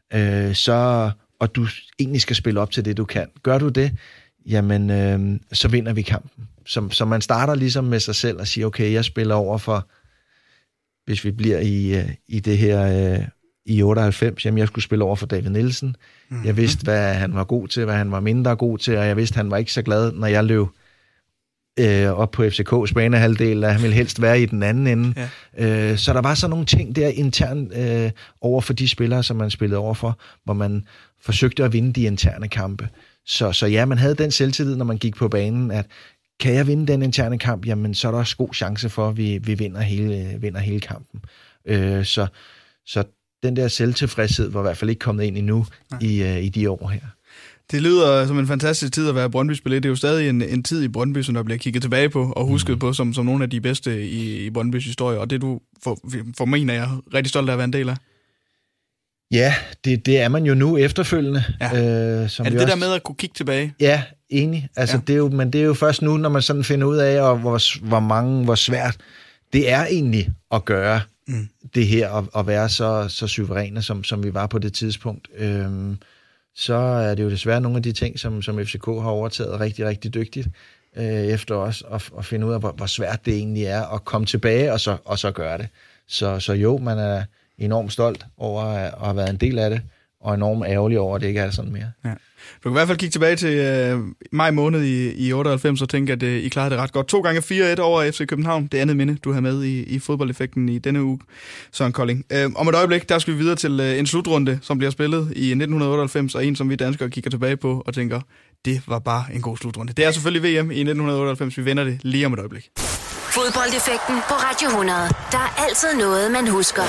og du egentlig skal spille op til det, du kan. Gør du det, jamen, så vinder vi kampen. Så man starter ligesom med sig selv og siger, okay, jeg spiller over for, hvis vi bliver i det her i 98, jamen jeg skulle spille over for David Nielsen. Jeg vidste, hvad han var god til, hvad han var mindre god til, og jeg vidste, han var ikke så glad, når jeg løb op på FCK's banehalvdel, at han ville helst være i den anden ende. Ja. Så der var så nogle ting der internt over for de spillere, som man spillede over for, hvor man forsøgte at vinde de interne kampe. Så ja, man havde den selvtillid, når man gik på banen, at kan jeg vinde den interne kamp, jamen så er der også god chance for, at vi vinder hele kampen. Så den der selvtilfredshed var i hvert fald ikke kommet ind endnu i de år her. Det lyder som en fantastisk tid at være Brøndby-spiller. Det er jo stadig en tid i Brøndby, som der bliver kigget tilbage på og husket på som nogle af de bedste i Brøndbys historie. Og det du mener jeg rigtig stolt af at være en del af. Ja, det er man jo nu efterfølgende. Ja. Er det det der med at kunne kigge tilbage? Ja, enig. Altså, det er jo først nu, når man sådan finder ud af, hvor svært det er egentlig at gøre det her, og være så suveræne, som vi var på det tidspunkt. Så er det jo desværre nogle af de ting, som FCK har overtaget rigtig, rigtig dygtigt efter os, at finde ud af, hvor svært det egentlig er at komme tilbage og så gøre det. Så jo, man er enormt stolt over at have været en del af det, og enormt ærgerlig over, at det ikke er sådan mere. Ja. Du kan i hvert fald kigge tilbage til maj måned i 98 og tænke, at I klarede det ret godt. 2 gange 4-1 over FC København. Det andet minde, du har med i fodboldeffekten i denne uge, Søren Kolding. Om et øjeblik, der skal vi videre til en slutrunde, som bliver spillet i 1998, og en, som vi danskere kigger tilbage på og tænker, det var bare en god slutrunde. Det er selvfølgelig VM i 1998. Vi vender det lige om et øjeblik. Fodboldeffekten på Radio 100. Der er altid noget, man husker.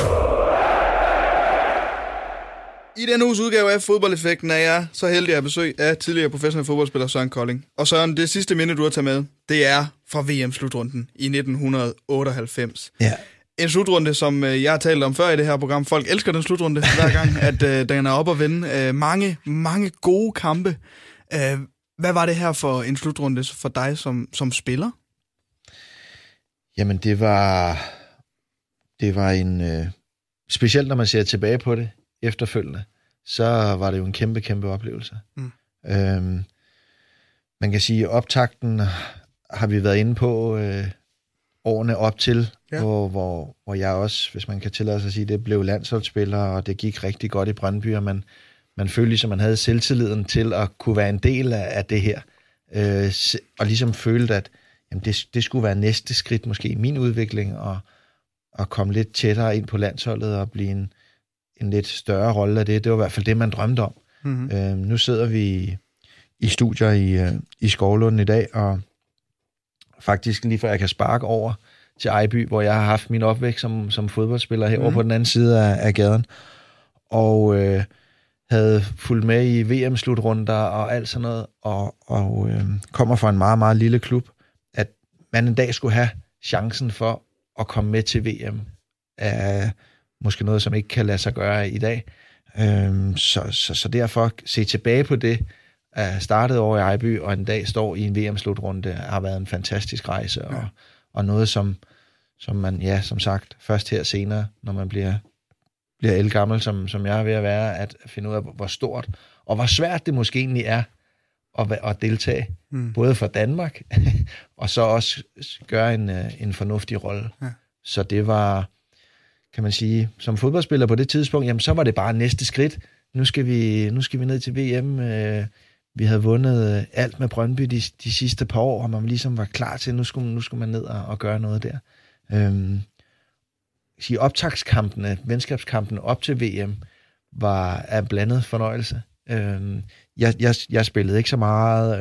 I denne uges udgave af Fodboldeffekten er jeg så heldig at have besøg af tidligere professionel fodboldspiller Søren Kolding. Og Søren, det sidste minde, du har taget med, det er fra VM-slutrunden i 1998. Ja. En slutrunde, som jeg har talt om før i det her program. Folk elsker den slutrunde hver gang, at den er op at vinde. Mange gode kampe. Hvad var det her for en slutrunde for dig som spiller? Jamen, det var en... specielt når man ser tilbage på det efterfølgende, så var det jo en kæmpe, kæmpe oplevelse. Man kan sige, at optakten har vi været inde på årene op til, hvor jeg også, hvis man kan tillade sig at sige det, blev landsholdsspiller, og det gik rigtig godt i Brøndby, og man følte ligesom, man havde selvtilliden til at kunne være en del af det her, og ligesom følte, at jamen, det skulle være næste skridt måske i min udvikling, og komme lidt tættere ind på landsholdet og blive en lidt større rolle af det. Det var i hvert fald det, man drømte om. Mm-hmm. Nu sidder vi i studier i Skovlund i dag, og faktisk lige før jeg kan sparke over til Ejby, hvor jeg har haft min opvækst som fodboldspiller herovre på den anden side af gaden, og havde fulgt med i VM-slutrunder og alt sådan noget, og kommer fra en meget, meget lille klub, at man en dag skulle have chancen for at komme med til VM, er måske noget, som ikke kan lade sig gøre i dag. Så derfor se tilbage på det, startede over i Ejby, og en dag står i en VM-slutrunde, har været en fantastisk rejse, og noget, som man, som sagt, først her senere, når man bliver ældgammel, som jeg er ved at være, at finde ud af, hvor stort og hvor svært det måske egentlig er at deltage, både for Danmark, og så også gøre en fornuftig rolle. Ja. Så det var, kan man sige, som fodboldspiller på det tidspunkt, jamen så var det bare næste skridt. Nu skal vi ned til VM. Vi havde vundet alt med Brøndby de sidste par år, og man ligesom var klar til, nu skulle man ned og gøre noget der. Optaktskampene, venskabskampene op til VM, var en blandet fornøjelse. Jeg spillede ikke så meget,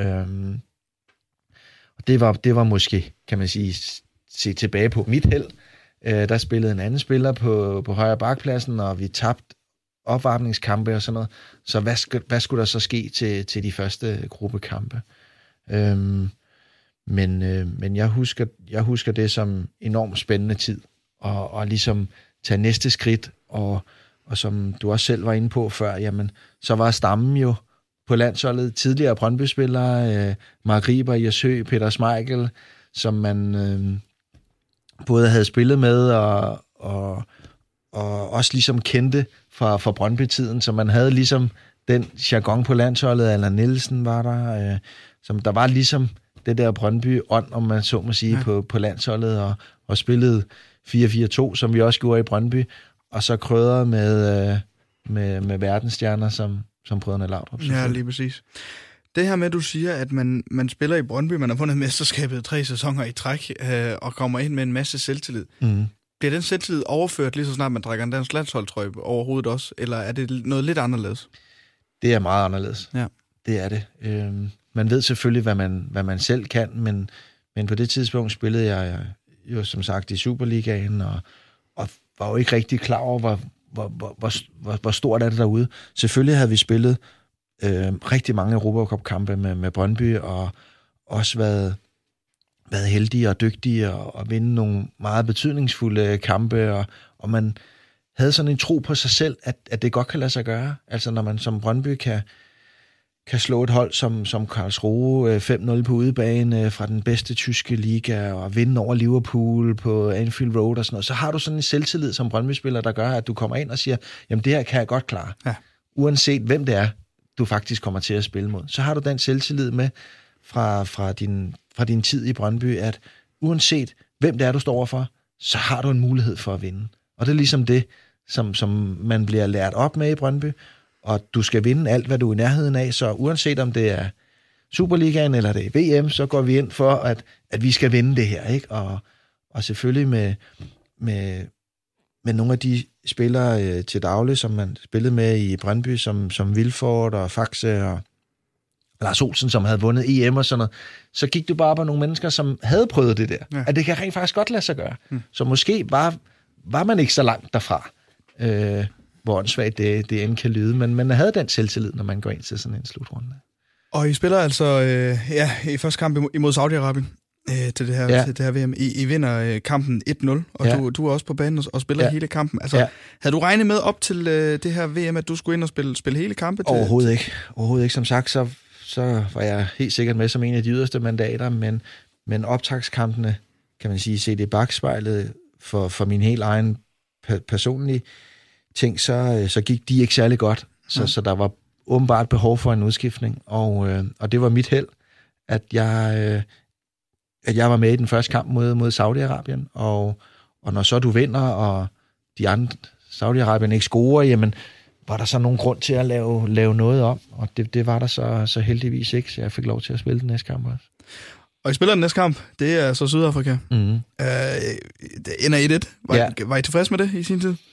og det var måske, kan man sige, se tilbage på mit held. Der spillede en anden spiller på højre bakpladsen, og vi tabte opvarmningskampe og sådan noget. Så hvad skulle der så ske til de første gruppekampe? Men jeg husker det som enormt spændende tid, og ligesom tage næste skridt, og som du også selv var inde på før, jamen, så var stammen jo på landsholdet tidligere Brøndby-spillere, Mark Riber, Jesø, Peter Schmeichel, som man både havde spillet med, og også ligesom kendte fra Brøndby-tiden, så man havde ligesom den jargon på landsholdet, Allan Nielsen var der, som der var ligesom det der Brøndby-ånd, om man så må sige, på landsholdet, og spillede 4-4-2, som vi også gjorde i Brøndby, og så krydret med verdensstjerner som brødrene Laudrup. Ja, lige præcis. Det her med, at du siger, at man spiller i Brøndby, man har vundet mesterskabet 3 sæsoner i træk, og kommer ind med en masse selvtillid. Bliver den selvtillid overført lige så snart man trækker en dansk landsholdtrøje overhovedet også, eller er det noget lidt anderledes? Det er meget anderledes. Ja. Det er det. Man ved selvfølgelig, hvad man selv kan, men på det tidspunkt spillede jeg jo som sagt i Superligaen, og var jo ikke rigtig klar over, hvor stort er det derude. Selvfølgelig havde vi spillet rigtig mange Europacup-kampe med Brøndby, og også været heldige og dygtige og vinde nogle meget betydningsfulde kampe, og man havde sådan en tro på sig selv, at det godt kan lade sig gøre. Altså når man som Brøndby kan slå et hold som Karlsruhe 5-0 på udebane fra den bedste tyske liga, og vinde over Liverpool på Anfield Road og sådan noget, så har du sådan en selvtillid som Brøndby-spiller, der gør, at du kommer ind og siger, jamen det her kan jeg godt klare. Ja. Uanset hvem det er, du faktisk kommer til at spille mod. Så har du den selvtillid med fra din tid i Brøndby, at uanset hvem det er, du står overfor, så har du en mulighed for at vinde. Og det er ligesom det, som man bliver lært op med i Brøndby, og du skal vinde alt, hvad du er i nærheden af, så uanset om det er Superligaen eller det er VM, så går vi ind for, at vi skal vinde det her, ikke? Og selvfølgelig med nogle af de spillere til daglig, som man spillede med i Brøndby, som Vilfort og Faxe og Lars Olsen, som havde vundet EM og sådan noget, så gik du bare på nogle mennesker, som havde prøvet det der. Ja. At det kan rent faktisk godt lade sig gøre. Så måske var man ikke så langt derfra, hvor åndssvagt det end kan lyde, men man havde den selvtillid, når man går ind til sådan en slutrunde. Og I spiller altså i første kamp imod Saudi-Arabien til det her VM. I vinder kampen 1-0, og du er også på banen og spiller hele kampen. Altså, havde du regnet med op til det her VM, at du skulle ind og spille hele kampen? Overhovedet ikke. Som sagt, så var jeg helt sikkert med som en af de yderste mandater, men optagskampene, kan man sige, set i bagspejlet for min helt egen personlige ting, så gik de ikke særlig godt. Så der var åbenbart behov for en udskiftning, og det var mit held, at jeg var med i den første kamp mod Saudi-Arabien, og når så du vinder, og de andre Saudi-Arabien ikke scorer, jamen var der så nogen grund til at lave noget om, og det var der så heldigvis ikke, så jeg fik lov til at spille den næste kamp også. Og I spiller den næste kamp, det er så Sydafrika. Mm-hmm. Det ender 1-1. Var I tilfreds med det i sin tid?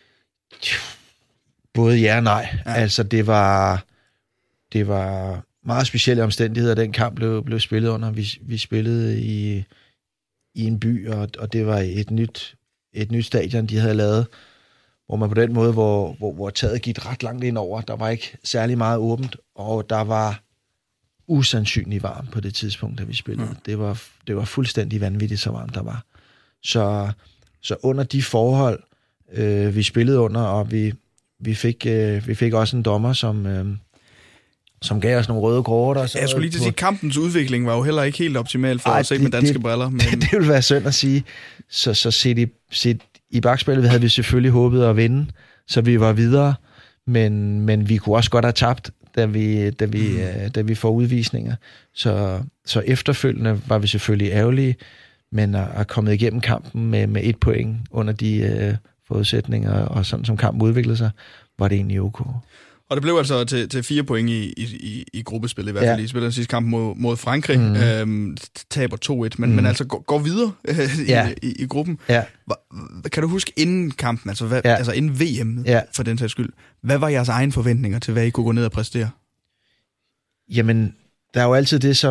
Både ja og nej. Ja. Altså, det var meget specielle omstændigheder, den kamp blev spillet under. Vi spillede i en by, og det var et nyt stadion, de havde lavet, hvor man på den måde, hvor taget gik ret langt ind over. Der var ikke særlig meget åbent, og der var usandsynligt varmt på det tidspunkt, da vi spillede. Det var fuldstændig vanvittigt, så varmt der var. Så under de forhold, vi spillede under, og vi fik også en dommer, som gav os nogle røde kort. Og jeg skulle lige til at sige, kampens udvikling var jo heller ikke helt optimal for at se med danske briller. Men det ville være synd at sige. Så set i bagspillet havde vi selvfølgelig håbet at vinde, så vi var videre, men vi kunne også godt have tabt, da vi får udvisninger. Så efterfølgende var vi selvfølgelig ærgerlige, men at komme igennem kampen med 1 point under de forudsætninger, og sådan som kampen udviklede sig, var det egentlig ok. Og det blev altså til 4 point i gruppespillet i hvert fald. I spiller den sidste kamp mod Frankrig, taber 2-1, men altså går videre i gruppen. Ja. Kan du huske inden kampen, altså inden VM for den sags skyld, hvad var jeres egne forventninger til, hvad I kunne gå ned og præstere? Jamen, der er jo altid det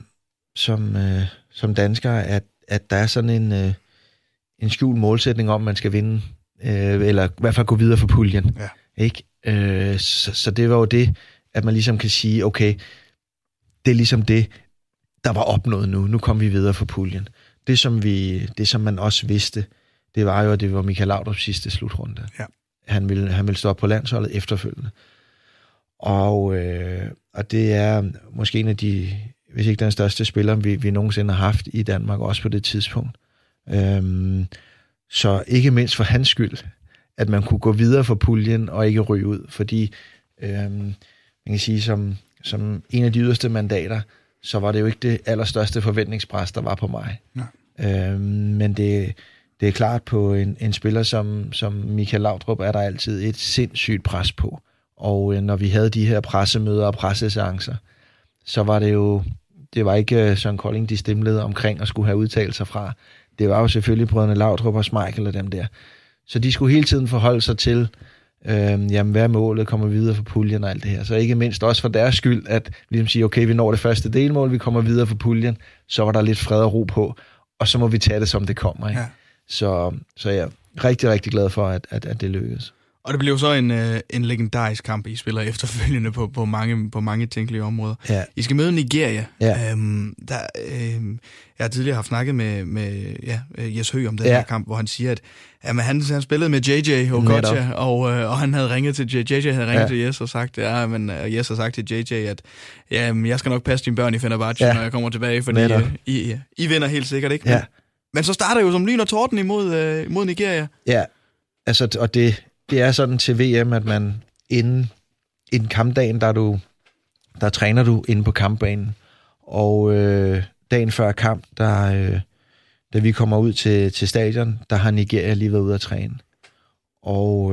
som dansker, at der er sådan en skjult målsætning om, man skal vinde, eller i hvert fald gå videre for puljen. Ja. Ikke? Så det var jo det, at man ligesom kan sige, okay, det er ligesom det, der var opnået nu. Nu kom vi videre for puljen. Det som man også vidste, det var jo, at det var Michael Laudrups sidste slutrunde. Ja. Han ville stå op på landsholdet efterfølgende. Og det er måske en af de, hvis ikke den største spiller, vi nogensinde har haft i Danmark, også på det tidspunkt. Så ikke mindst for hans skyld, at man kunne gå videre for puljen og ikke ryge ud, fordi man kan sige, som en af de yderste mandater, så var det jo ikke det allerstørste forventningspres, der var på mig. Men det er klart, på en spiller som Michael Laudrup, er der altid et sindssygt pres på. Og når vi havde de her pressemøder og presseseancer, så var det var ikke Søren Kolding, de stemlede omkring og skulle have udtalelser fra. Det var jo selvfølgelig brødrene Laudrup og Schmeichel og dem der. Så de skulle hele tiden forholde sig til, Jamen, hvad er målet? Kommer videre for puljen og alt det her. Så ikke mindst også for deres skyld, at ligesom sige, okay, vi når det første delmål, vi kommer videre for puljen, så var der lidt fred og ro på, og så må vi tage det, som det kommer. Ikke? Ja. Så jeg er rigtig, rigtig glad for, at det lykkedes. Og det blev så en legendarisk kamp, I spiller efterfølgende på mange tænkelige områder. Ja. I skal møde Nigeria. Ja. Jeg har tidligere haft snakket med Jes Høgh om den her kamp, hvor han siger, at han spillede med JJ Okocha, og han havde ringet til JJ havde ringet til Jes og sagt, Jes har sagt til JJ, at jeg skal nok passe dine børn i Fenerbahce, når jeg kommer tilbage, fordi I vinder helt sikkert, ikke? Ja. Men så starter jo som lyn og torden imod Nigeria. Ja, altså, og det er sådan til VM, at man inden kampdagen, der træner du inde på kampbanen. Og dagen før kamp, da vi kommer ud til stadion, der har Nigeria lige været ude at træne. Og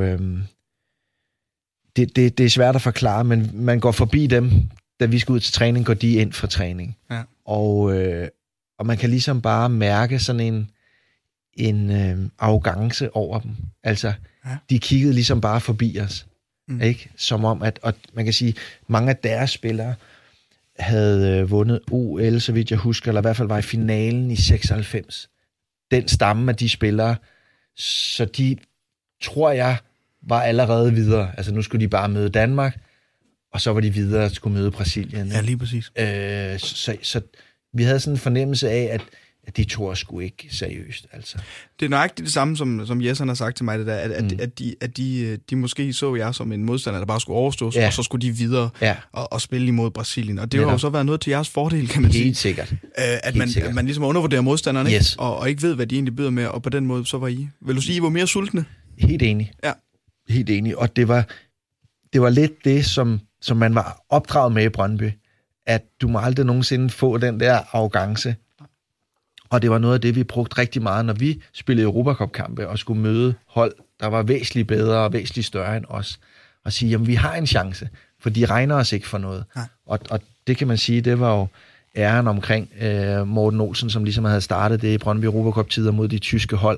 det er svært at forklare, men man går forbi dem. Da vi skal ud til træning, går de ind for træning. Ja. Og man kan ligesom bare mærke sådan en arrogance over dem. Altså, de kiggede ligesom bare forbi os. Ikke? Som om, og man kan sige, mange af deres spillere havde vundet OL, så vidt jeg husker, eller i hvert fald var i finalen i 96. Den stamme af de spillere, så de, tror jeg, var allerede videre. Altså, nu skulle de bare møde Danmark, og så var de videre og skulle møde Brasilien. Ja, lige præcis. Så vi havde sådan en fornemmelse af, at de tog os sgu ikke seriøst, altså. Det er nøjagtigt det samme, som Jes har sagt til mig, det der, at de måske så jer som en modstander, der bare skulle overstås, og så skulle de videre og spille imod Brasilien. Og det har jo så været noget til jeres fordel, kan man sige. Helt sikkert. At man ligesom undervurderer modstanderne, yes. og ikke ved, hvad de egentlig byder med, og på den måde, så var I. Vil du sige, I var mere sultne? Helt enig. Ja. Helt enig. Og det var lidt det, som man var opdraget med i Brøndby, at du må aldrig nogensinde få den der arrogance. Og det var noget af det, vi brugte rigtig meget, når vi spillede Europacup-kampe og skulle møde hold, der var væsentligt bedre og væsentligt større end os. Og sige, jamen vi har en chance, for de regner os ikke for noget. Ja. Og det kan man sige, det var jo æren omkring Morten Olsen, som ligesom havde startet det i Brøndby Europacup-tider mod de tyske hold,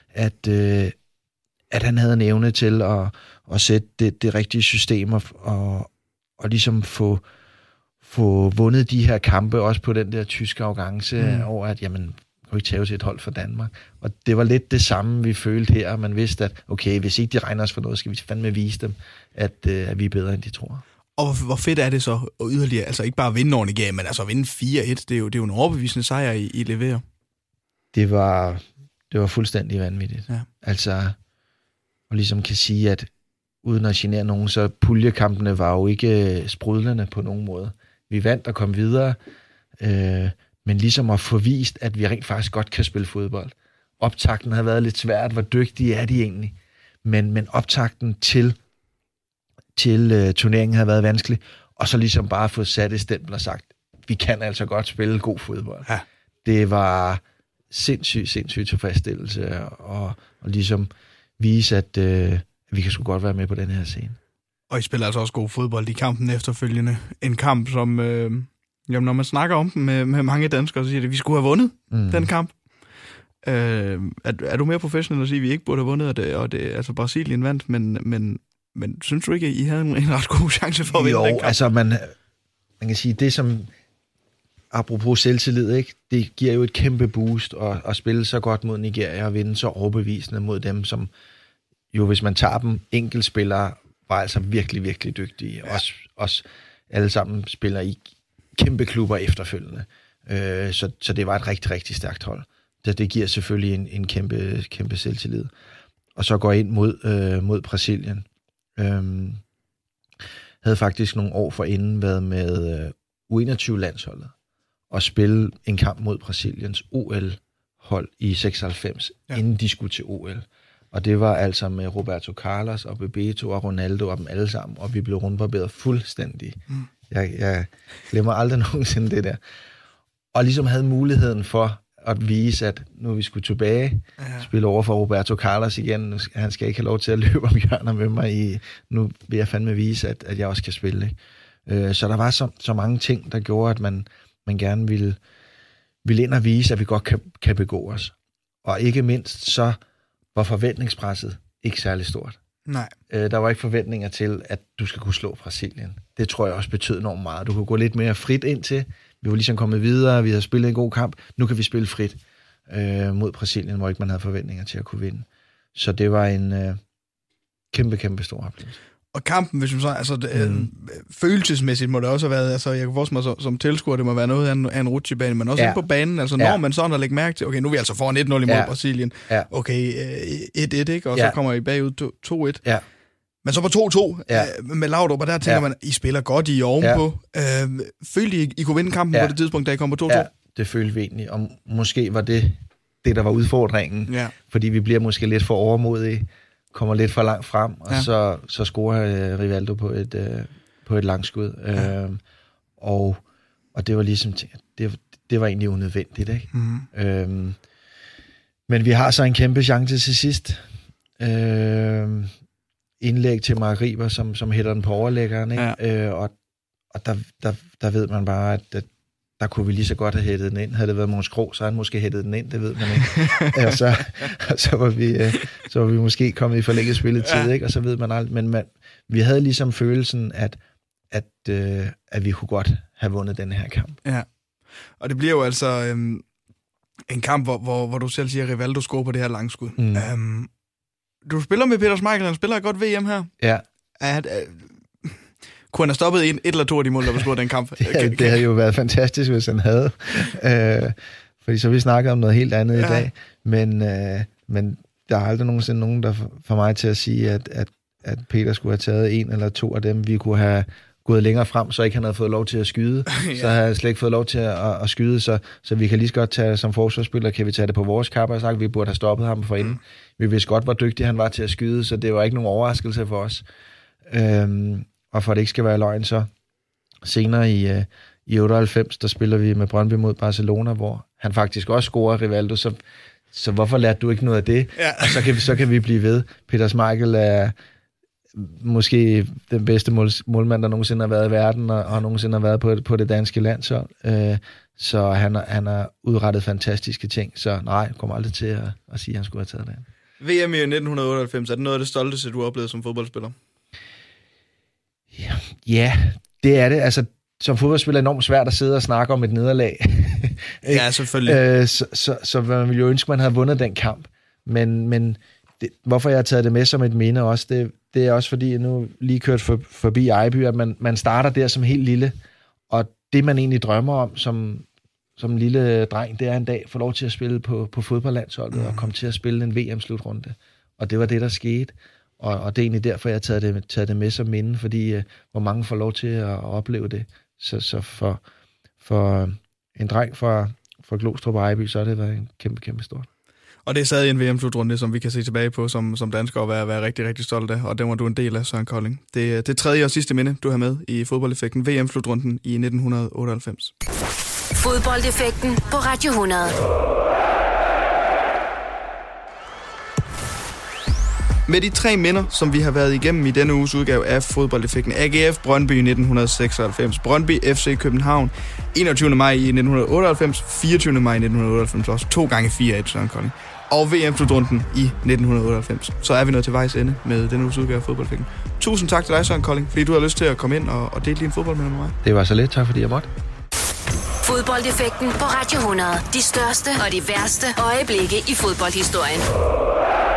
at han havde en evne til at sætte det rigtige system og ligesom få vundet de her kampe, også på den der tyske arrogance over, at jamen, kan vi ikke tage til et hold for Danmark. Og det var lidt det samme, vi følte her, man vidste, at okay, hvis ikke de regner os for noget, skal vi fandme vise dem, at vi er bedre, end de tror. Og hvor fedt er det så at yderligere, altså ikke bare at vinde over Nigeria, men altså at vinde 4-1, det er jo en overbevisende sejr, I leverer. Det var fuldstændig vanvittigt. Ja. Altså, og ligesom kan sige, at uden at genere nogen, så puljekampene var jo ikke sprudlende på nogen måde. Vi vandt og kom videre, men ligesom at få vist, at vi rent faktisk godt kan spille fodbold. Optakten havde været lidt svært, hvor dygtige er de egentlig, men optakten til turneringen havde været vanskelig, og så ligesom bare få sat et stempel og sagt, vi kan altså godt spille god fodbold. Ja. Det var sindssygt tilfredsstillelse, og ligesom vise, at vi kan sgu godt være med på den her scene. Og I spiller altså også god fodbold i kampen efterfølgende. En kamp, som, når man snakker om den med mange danskere, så siger det, at vi skulle have vundet den kamp. Er du mere professionel at sige, at vi ikke burde have vundet, og det altså Brasilien vandt, men synes du ikke, at I havde en ret god chance for at vinde den kamp? Jo, altså man kan sige, det som, apropos selvtillid, ikke, det giver jo et kæmpe boost at spille så godt mod Nigeria og vinde så overbevisende mod dem, som jo, hvis man tager dem enkeltspillere, var altså virkelig, virkelig dygtige. Ja. Også alle sammen spiller i kæmpe klubber efterfølgende. Så det var et rigtig, rigtig stærkt hold. Det giver selvfølgelig en kæmpe, kæmpe selvtillid. Og så går ind mod Brasilien. Havde faktisk nogle år forinden været med U21-landsholdet og spille en kamp mod Brasiliens OL-hold i 96, inden de skulle til OL. Og det var altså med Roberto Carlos og Bebeto og Ronaldo og dem alle sammen, og vi blev rundbarberet fuldstændig. Jeg glemmer aldrig nogensinde det der. Og ligesom havde muligheden for at vise, at nu vi skulle tilbage, spille over for Roberto Carlos igen. Han skal ikke have lov til at løbe om hjørner med mig. Nu vil jeg fandme vise, at jeg også kan spille. Ikke? Så der var så mange ting, der gjorde, at man gerne ville ind og vise, at vi godt kan begå os. Og ikke mindst så var forventningspresset ikke særlig stort. Nej. Der var ikke forventninger til, at du skal kunne slå Brasilien. Det tror jeg også betød enormt meget. Du kunne gå lidt mere frit ind til. Vi var ligesom kommet videre, vi havde spillet en god kamp. Nu kan vi spille frit mod Brasilien, hvor ikke man havde forventninger til at kunne vinde. Så det var en kæmpe stor oplevelse. Og kampen, hvis man så, altså følelsesmæssigt må det også have været, altså jeg kan forestille mig som tilskuer, det må være noget af en rutsjebane, men også inde på banen, altså når man sådan har lægget mærke til, okay, nu er vi altså foran 1-0 imod Brasilien, okay, 1-1, ikke? Og så kommer I bagud 2-1. Ja. Men så på 2-2 med Laudrup, og der tænker man, I spiller godt, I er ovenpå. Følte I kunne vinde kampen på det tidspunkt, da I kom på 2-2? Ja, det følte vi egentlig, og måske var det, der var udfordringen, fordi vi bliver måske lidt for overmodige, kommer lidt for langt frem, og så scorer Rivaldo på et langskud. Og det var ligesom, det var egentlig unødvendigt, ikke? Mm-hmm. Men vi har så en kæmpe chance til sidst. Indlæg til Mark Riber, som hætter den på overlæggeren, ikke? Og der ved man bare, at der kunne vi lige så godt have hættet den ind. Havde det været Måns Krog, så havde han måske hættet den ind, det ved man ikke. Og så var vi måske kommet i forlænget spilletid, ikke? Og så ved man aldrig. Men vi havde ligesom følelsen, at vi kunne godt have vundet den her kamp. Ja, og det bliver jo altså en kamp, hvor du selv siger, at Rivaldo scorer på det her langskud. Du spiller med Peter Schmeichel, han spiller et godt VM her. Ja. Kunne han have stoppet et eller to af de mål, der var scoret den kamp? Det havde jo været fantastisk, hvis han havde. Fordi så vi snakkede om noget helt andet i dag. Men der er aldrig nogensinde nogen, der får mig til at sige, at Peter skulle have taget en eller to af dem. Vi kunne have gået længere frem, så ikke han havde fået lov til at skyde. Så havde han slet ikke fået lov til at skyde, så vi kan lige så godt tage som forsvarsspiller, kan vi tage det på vores kappe og sagt, at vi burde have stoppet ham for inden. Vi vidste godt, hvor dygtig han var til at skyde, så det var ikke nogen overraskelse for os. Og for at det ikke skal være løgn, så senere i 98, der spiller vi med Brøndby mod Barcelona, hvor han faktisk også scorer Rivaldo, så hvorfor lærte du ikke noget af det? Ja. Og så kan vi blive ved. Peter Schmeichel er måske den bedste målmand, der nogensinde har været i verden, og nogensinde har været på det danske landshold. Så han har udrettet fantastiske ting, så nej, jeg kommer aldrig til at sige, at han skulle have taget det. VM i 1998, er det noget af det stolteste, du har oplevet som fodboldspiller? Ja, det er det. Altså, som fodboldspiller er det enormt svært at sidde og snakke om et nederlag. Ja, selvfølgelig. Så man ville jo ønske, man havde vundet den kamp. Men hvorfor jeg har taget det med som et minde også, det er også fordi, jeg nu lige kørt forbi Ejby, at man starter der som helt lille, og det man egentlig drømmer om som lille dreng, det er en dag få lov til at spille på fodboldlandsholdet og komme til at spille en VM-slutrunde. Og det var det, der skete. Og det er egentlig derfor, jeg har taget det med som minde, fordi hvor mange får lov til at opleve det. Så for en dreng fra Glostrup og Ejby, så har det været en kæmpe stort. Og det er stadig en VM-slutrunde, som vi kan se tilbage på som danskere og være rigtig, rigtig stolt af, og den var du en del af, Søren Kolding. Det er tredje og sidste minde, du har med i fodboldeffekten VM-slutrunden i 1998. Fodboldeffekten på Radio 100. Med de tre minder, som vi har været igennem i denne uges udgave af fodboldeffekten: AGF Brøndby i 1996, Brøndby FC København 21. maj i 1998, 24. maj i 1998 også, 2 gange 4-1, Søren Kolding, og VM-slutrunden i 1998. Så er vi nået til vejs ende med denne uges udgave af fodboldeffekten. Tusind tak til dig, Søren Kolding, fordi du har lyst til at komme ind og dele din fodboldminder med mig. Det var så lidt. Tak fordi jeg måtte. Fodboldeffekten på Radio 100. De største og de værste øjeblikke i fodboldhistorien.